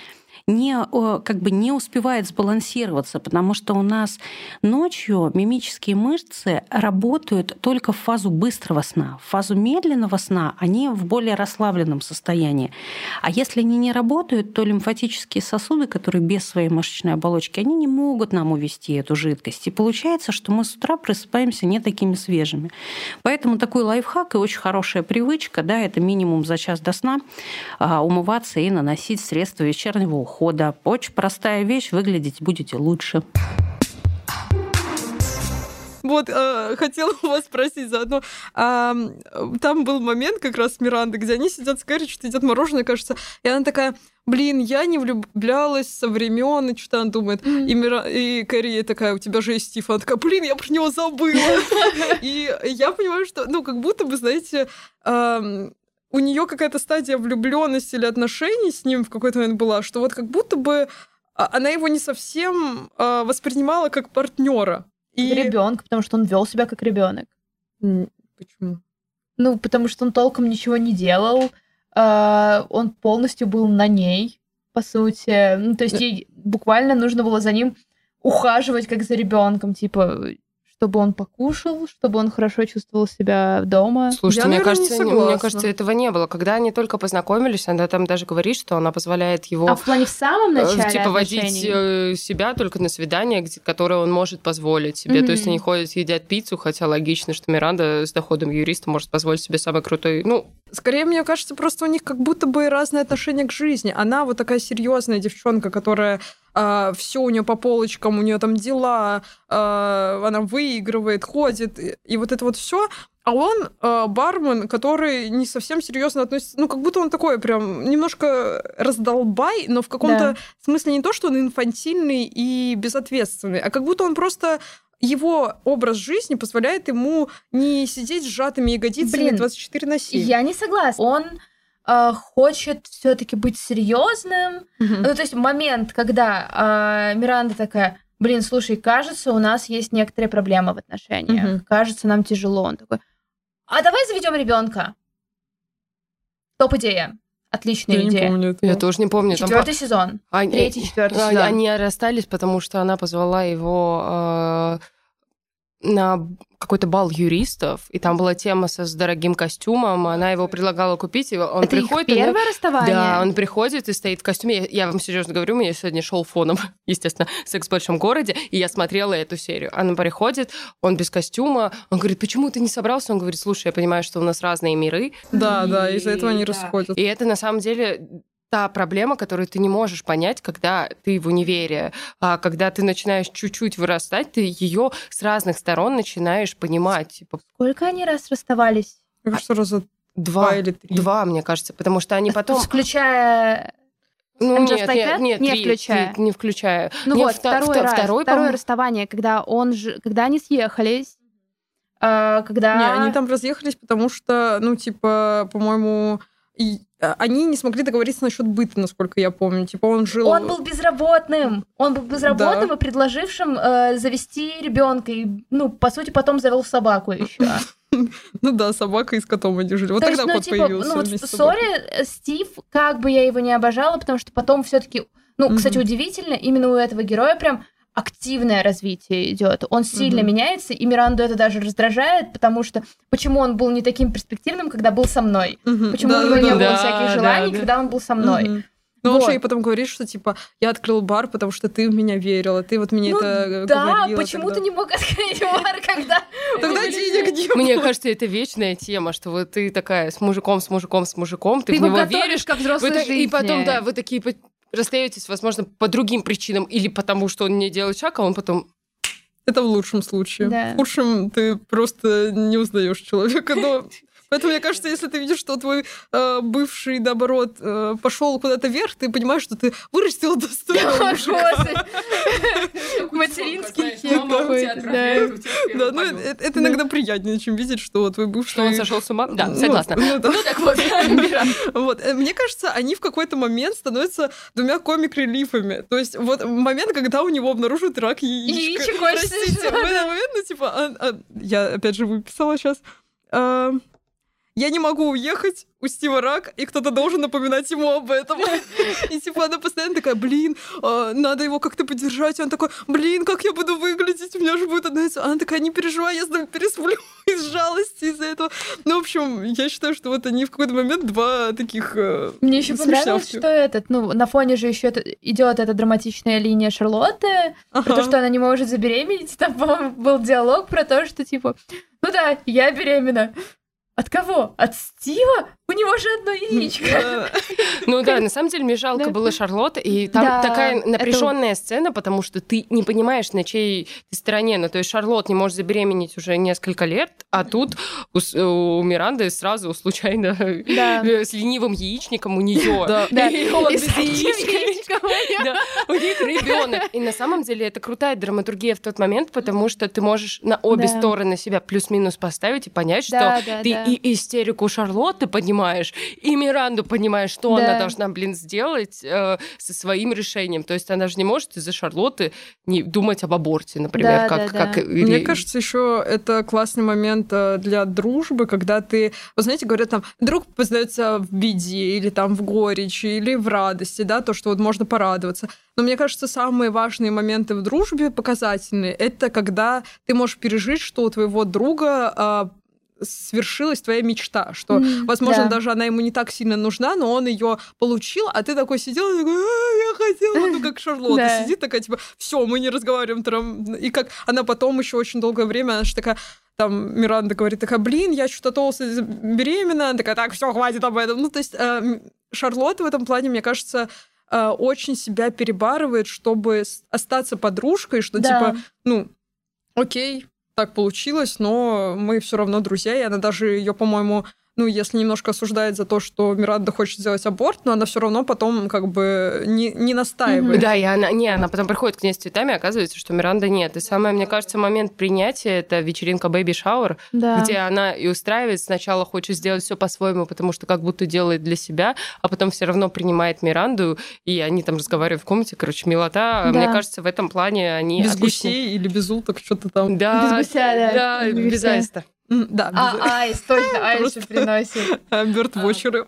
не успевает сбалансироваться, потому что у нас ночью мимические мышцы работают только в фазу быстрого сна. В фазу медленного сна они в более расслабленном состоянии. А если они не работают, то лимфатические сосуды, которые без своей мышечной оболочки, они не могут нам увести эту жидкость. И получается, что мы с утра просыпаемся не такими свежими. Поэтому такой лайфхак и очень хорошая привычка, да, это минимум за час до сна умываться и наносить средства вечернего ухода. Очень простая вещь, выглядеть будете лучше. Вот, хотела у вас спросить заодно. Там был момент как раз с Мирандой, где они сидят с Кэрри, что-то едят мороженое, кажется, и она такая, блин, я не влюблялась со времен, и что-то она думает. И Кэрри такая, у тебя же есть Стив. Она такая, блин, я про него забыла. И я понимаю, что, ну, как будто бы, знаете, у нее какая-то стадия влюбленности или отношений с ним в какой-то момент была, что вот как будто бы она его не совсем воспринимала как партнера. И ребенка, потому что он вел себя как ребенок. Почему? Ну, потому что он толком ничего не делал. Он полностью был на ней, по сути. Ну, то есть ей буквально нужно было за ним ухаживать как за ребенком, типа, чтобы он покушал, чтобы он хорошо чувствовал себя дома. Слушайте, мне кажется, этого не было. Когда они только познакомились, она там даже говорит, что она позволяет его... А в плане в самом начале типа водить себя только на свидание, которое он может позволить себе. То есть они ходят, едят пиццу, хотя логично, что Миранда с доходом юриста может позволить себе самый крутой... Ну, скорее, мне кажется, просто у них как будто бы разное отношение к жизни. Она вот такая серьезная девчонка, которая... все у нее по полочкам, у нее там дела, она выигрывает, ходит, и вот это вот все. А он бармен, который не совсем серьезно относится, ну, как будто он такой прям немножко раздолбай, но в каком-то смысле не то, что он инфантильный и безответственный, а как будто он просто... Его образ жизни позволяет ему не сидеть с сжатыми ягодицами 24/7. Я не согласна. Он хочет все-таки быть серьезным. Ну, то есть момент, когда Миранда такая, блин, слушай, кажется, у нас есть некоторые проблемы в отношениях. Кажется, нам тяжело. Он такой, а давай заведем ребенка. Топ-идея. Отличная идея. Не помню этого. Я тоже не помню. 4-й сезон. 3-й, 4-й сезон. Они расстались, потому что она позвала его на какой-то бал юристов, и там была тема с дорогим костюмом, она его предлагала купить, и он это приходит... Их первое расставание? Да, он приходит и стоит в костюме. Я вам серьезно говорю, у меня сегодня шел фоном, естественно, «Секс в большом городе», и я смотрела эту серию. Она приходит, он без костюма, он говорит, почему ты не собрался? Он говорит, слушай, я понимаю, что у нас разные миры. Да, из-за этого они расходятся. И это на самом деле... та проблема, которую ты не можешь понять, когда ты в универе, а когда ты начинаешь чуть-чуть вырастать, ты ее с разных сторон начинаешь понимать. Типа, сколько они раз расставались? Мне кажется, раза 2 или 3. 2, мне кажется, потому что они потом... Включая... Ну, нет, не включая. Не включая. Ну нет, вот, второе расставание, когда они съехались, когда... Не, они там разъехались, потому что, ну, типа, по-моему... они не смогли договориться насчет быта, насколько я помню. Типа он жил... Он был безработным. Да. И предложившим завести ребенка. И, ну, по сути, потом завел собаку еще. Ну да, собака и с котом они жили. Вот тогда кот появился. Ну, сори, Стив, как бы я его не обожала, потому что потом все-таки... Ну, кстати, удивительно, именно у этого героя прям активное развитие идет. Он сильно меняется, и Миранду это даже раздражает, потому что почему он был не таким перспективным, когда был со мной? Почему у него не было всяких желаний, когда он был со мной? Ну, он же ей потом говорит, что, типа, я открыл бар, потому что ты в меня верила, ты вот мне это говорила. Да, почему ты не мог открыть бар, когда... Тогда денег не было. Мне кажется, это вечная тема, что вот ты такая с мужиком, ты в него веришь. Как взрослой жизни. И потом, да, вы такие расстаетесь, возможно, по другим причинам, или потому что он не делает шаг, а он потом... Это в лучшем случае. Да. В худшем ты просто не узнаешь человека, но... Поэтому, мне кажется, если ты видишь, что твой бывший, наоборот, пошел куда-то вверх, ты понимаешь, что ты вырастил достойного мужика. Материнский эффект. Да, ну это иногда приятнее, чем видеть, что твой бывший... Что он сошел с ума? Да, согласна. Ну так вот. Мне кажется, они в какой-то момент становятся двумя комик-релифами. То есть вот момент, когда у него обнаружат рак яичка. Простите, в этот момент, ну типа... Я опять же выписала сейчас... Я не могу уехать, у Стива рак, и кто-то должен напоминать ему об этом. И типа она постоянно такая, блин, надо его как-то поддержать. И он такой, блин, как я буду выглядеть, у меня же будет одна... Она такая, не переживай, я с тобой пересплю из жалости из-за этого. Ну, в общем, я считаю, что вот они в какой-то момент два таких Мне еще понравилось, что на фоне же еще идет эта драматичная линия Шарлотты, про то, что она не может забеременеть. Там, по-моему, был диалог про то, что типа, ну да, я беременна. От кого? От Стива? У него же одно яичко. Ну да, на самом деле мне жалко было Шарлотты, и там такая напряженная сцена, потому что ты не понимаешь, на чьей ты стороне. Ну, то есть Шарлотт не может забеременеть уже несколько лет, а тут у Миранды сразу случайно с ленивым яичником у нее. И он без яичника. У них ребенок. И на самом деле это крутая драматургия в тот момент, потому что ты можешь на обе стороны себя плюс-минус поставить и понять, что ты и истерику Шарлотты понимаешь, и Миранду понимаешь, что она должна, сделать со своим решением. То есть она же не может из-за Шарлотты не думать об аборте, например. Мне кажется, еще это классный момент для дружбы, когда ты, вы знаете, говорят, там, друг познается в беде, или там в горечи, или в радости, да, то, что вот можно порадоваться. Но мне кажется, самые важные моменты в дружбе показательные, это когда ты можешь пережить, что у твоего друга свершилась твоя мечта, что, возможно, даже она ему не так сильно нужна, но он ее получил, а ты такой сидел и такой, я хотела, ну как Шарлотта сидит такая, типа, все, мы не разговариваем, и как она потом еще очень долгое время, она же такая, там Миранда говорит, такая, блин, я что-то толстая, беременна, она такая, так, все, хватит об этом. Ну, то есть Шарлотта в этом плане, мне кажется, очень себя перебарывает, чтобы остаться подружкой, что типа, ну, окей, так получилось, но мы все равно друзья, и она даже ее, по-моему, ну, если немножко осуждает за то, что Миранда хочет сделать аборт, но она все равно потом как бы не настаивает. Да, и она потом приходит к ней с цветами, оказывается, что Миранда нет. И самое, мне кажется, момент принятия — это вечеринка Baby Shower, где она и устраивает, сначала хочет сделать все по-своему, потому что как будто делает для себя, а потом все равно принимает Миранду, и они там разговаривают в комнате, короче, милота. Мне кажется, в этом плане они без гусей или без уток, что-то там. Да, без гуся, да, без аиста. Да, аист, точно, аист приносит. Бёрдвотчеры.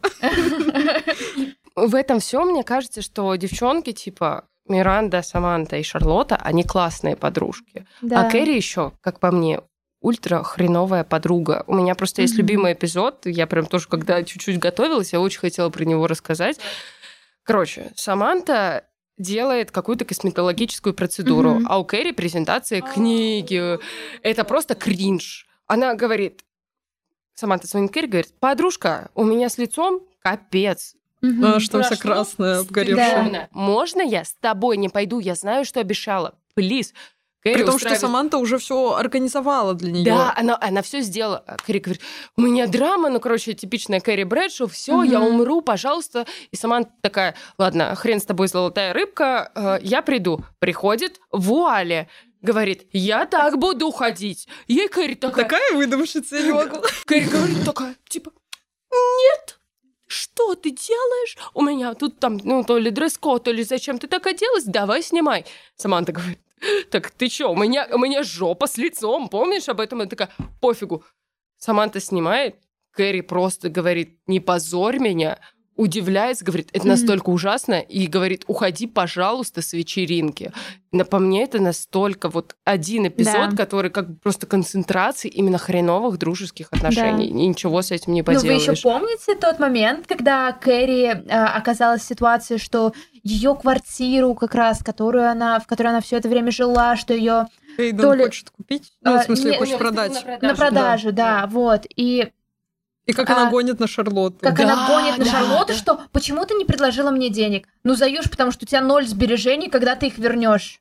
В этом все мне кажется, что девчонки типа Миранда, Саманта и Шарлотта, они классные подружки. А Кэрри еще, как по мне, ультра хреновая подруга. У меня просто есть любимый эпизод. Я прям тоже, когда чуть-чуть готовилась, я очень хотела про него рассказать. Короче, Саманта делает какую-то косметологическую процедуру, а у Кэрри презентация книги. Это просто кринж. Она говорит, Саманта звонит Кэрри, говорит, подружка, у меня с лицом капец. Что вся красная, обгоревшая. Да. Можно я с тобой не пойду? Я знаю, что обещала. Плиз. При том, что Саманта уже все организовала для нее. Да, она все сделала. Кэрри говорит, у меня драма, типичная Кэрри Брэдшоу, все, я умру, пожалуйста. И Саманта такая, ладно, хрен с тобой, золотая рыбка, я приду. Приходит, вуаля, говорит, я так буду ходить. Ей Кэрри такая выдумщица, я не могу. Кэрри говорит такая, нет. Что ты делаешь? У меня тут там, то ли дресс-код, то ли зачем ты так оделась? Давай снимай. Саманта говорит, так ты чё, у меня жопа с лицом, помнишь об этом? Она такая, пофигу. Саманта снимает, Кэрри просто говорит, не позорь меня, удивляется, говорит, это настолько ужасно, и говорит, уходи, пожалуйста, с вечеринки. По мне, это настолько один эпизод, который как бы просто концентрация именно хреновых дружеских отношений. И ничего с этим не поделаешь. Вы еще помните тот момент, когда Кэрри оказалась в ситуации, что ее квартиру как раз, в которой она все это время жила, что ее Эйден хочет купить? В смысле, хочет продать. На продажу, да, вот. И как она гонит на Шарлотту. Она гонит на Шарлотту, что почему ты не предложила мне денег? Заюш, потому что у тебя 0 сбережений, когда ты их вернешь.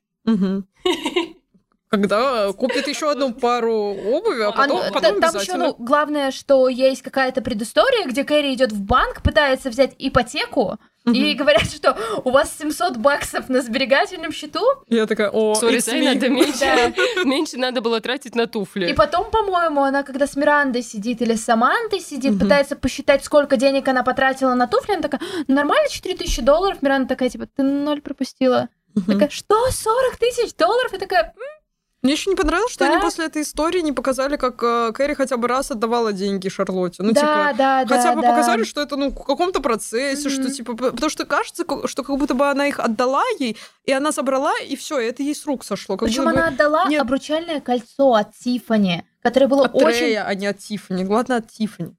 Когда купит еще одну пару обуви, а потом там еще, главное, что есть какая-то предыстория, где Кэрри идет в банк, пытается взять ипотеку, и говорят, что у вас $700 на сберегательном счету. Я такая, надо меньше надо было тратить на туфли. И потом, по-моему, она, когда с Мирандой сидит или с Самантой сидит, пытается посчитать, сколько денег она потратила на туфли, она такая, нормально, $4000. Миранда такая, ты 0 пропустила. Такая, что, $40 000? Я такая... Мне еще не понравилось, что они после этой истории не показали, как Кэрри хотя бы раз отдавала деньги Шарлотте. Хотя бы показали, что это, в каком-то процессе, что, потому что кажется, что как будто бы она их отдала ей, и она забрала, и все, это ей с рук сошло. Причем она отдала обручальное кольцо от Тиффани, которое было от Трея, а не от Тиффани. Ладно, от Тиффани.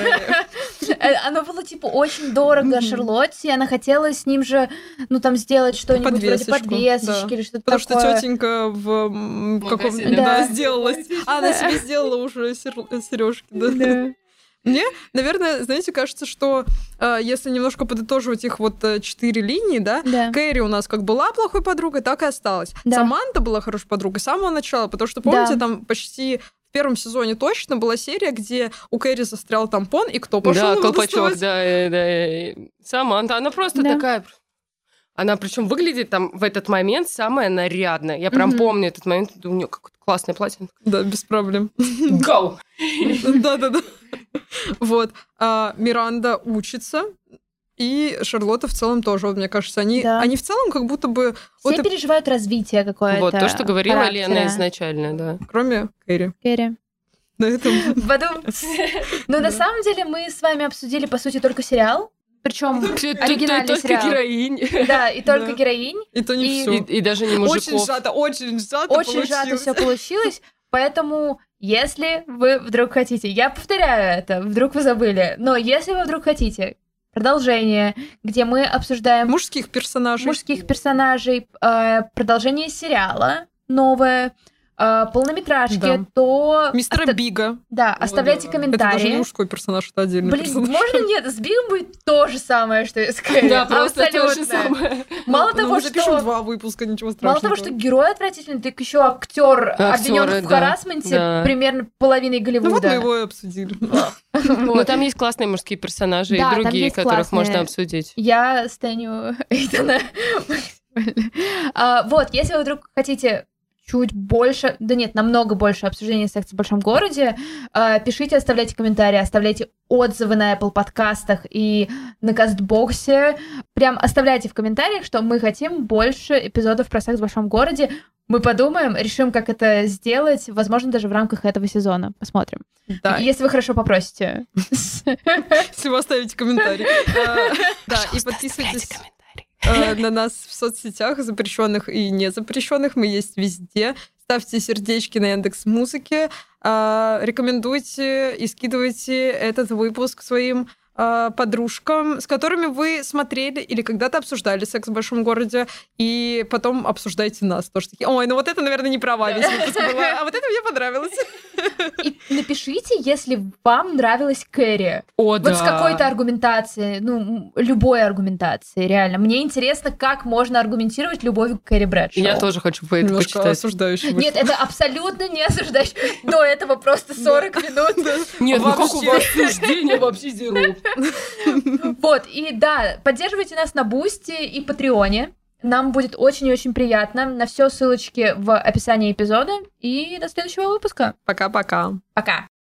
Оно было, очень дорого Шарлотте, и она хотела с ним же, сделать что-нибудь вроде подвесочки или что-то такое. Потому что тетенька в каком-то сделала. Она себе сделала уже сережки. Да. Мне, наверное, знаете, кажется, что если немножко подытоживать их 4 линии, да, Кэрри у нас как была плохой подругой, так и осталась. Саманта была хорошей подругой с самого начала, потому что, помните, там почти... В первом сезоне точно была серия, где у Кэрри застрял тампон, и кто пошел его колпачок, да. Саманта, она просто такая... Она причем выглядит там в этот момент самая нарядная. Я прям помню этот момент, у нее какое-то классное платье. Да, без проблем. Go! Да. Вот. Миранда учится, и Шарлотта в целом тоже, мне кажется. Они в целом как будто бы... Все переживают развитие какое-то. Вот, то, что говорила Лена изначально, да. Кроме Кэрри. На этом... Но на самом деле мы с вами обсудили, по сути, только сериал. Причем оригинальный сериал. Только героинь. Да, и только героинь. И то не все. И даже не мужиков. Очень сжато все получилось. Поэтому, если вы вдруг хотите... Я повторяю это, вдруг вы забыли. Но если вы вдруг хотите... Продолжение, где мы обсуждаем... Мужских персонажей, продолжение сериала новое, полнометражки, то... Мистера Бига. Да, оставляйте комментарии. Это даже не мужской персонаж, это отдельный персонаж. Можно нет? С Бигом будет то же самое, что и с Кэрри. Да, просто то же самое. Мало того, что... запишем 2 выпуска, ничего страшного. Мало того, что герой отвратительный, так еще актер обвинен в харасменте примерно половиной Голливуда. Вот мы его и обсудили. Но там есть классные мужские персонажи и другие, которых можно обсудить. Я Стэню Эйдена. Вот, если вы вдруг хотите чуть больше, намного больше обсуждения секса в большом городе, пишите, оставляйте комментарии, оставляйте отзывы на Apple подкастах и на Кастбоксе. Прям оставляйте в комментариях, что мы хотим больше эпизодов про секс в большом городе. Мы подумаем, решим, как это сделать, возможно, даже в рамках этого сезона. Посмотрим. Да. Если вы хорошо попросите. Если вы оставите комментарий. Да, и подписывайтесь на нас в соцсетях, запрещенных и незапрещенных. Мы есть везде. ставьте сердечки на Яндекс.Музыке, рекомендуйте и скидывайте этот выпуск своим подружкам, с которыми вы смотрели или когда-то обсуждали «Секс в большом городе», и потом обсуждайте нас. Тоже такие, ой, ну вот это, наверное, не права весь выпуск была, а вот это мне понравилось. И напишите, если вам нравилась Кэрри. Вот с какой-то аргументацией, любой аргументацией, реально. Мне интересно, как можно аргументировать любовь к Кэрри Брэдшоу. Я тоже хочу по этому почитать. Осуждающий. Нет, это абсолютно не осуждающий. До этого просто 40 минут. Нет, ну как у вас суждение вообще зеро. Вот, и да, поддерживайте нас на Бусти и Патреоне. Нам будет очень и очень приятно. На все ссылочки в описании эпизода. И до следующего выпуска. Пока-пока. Пока.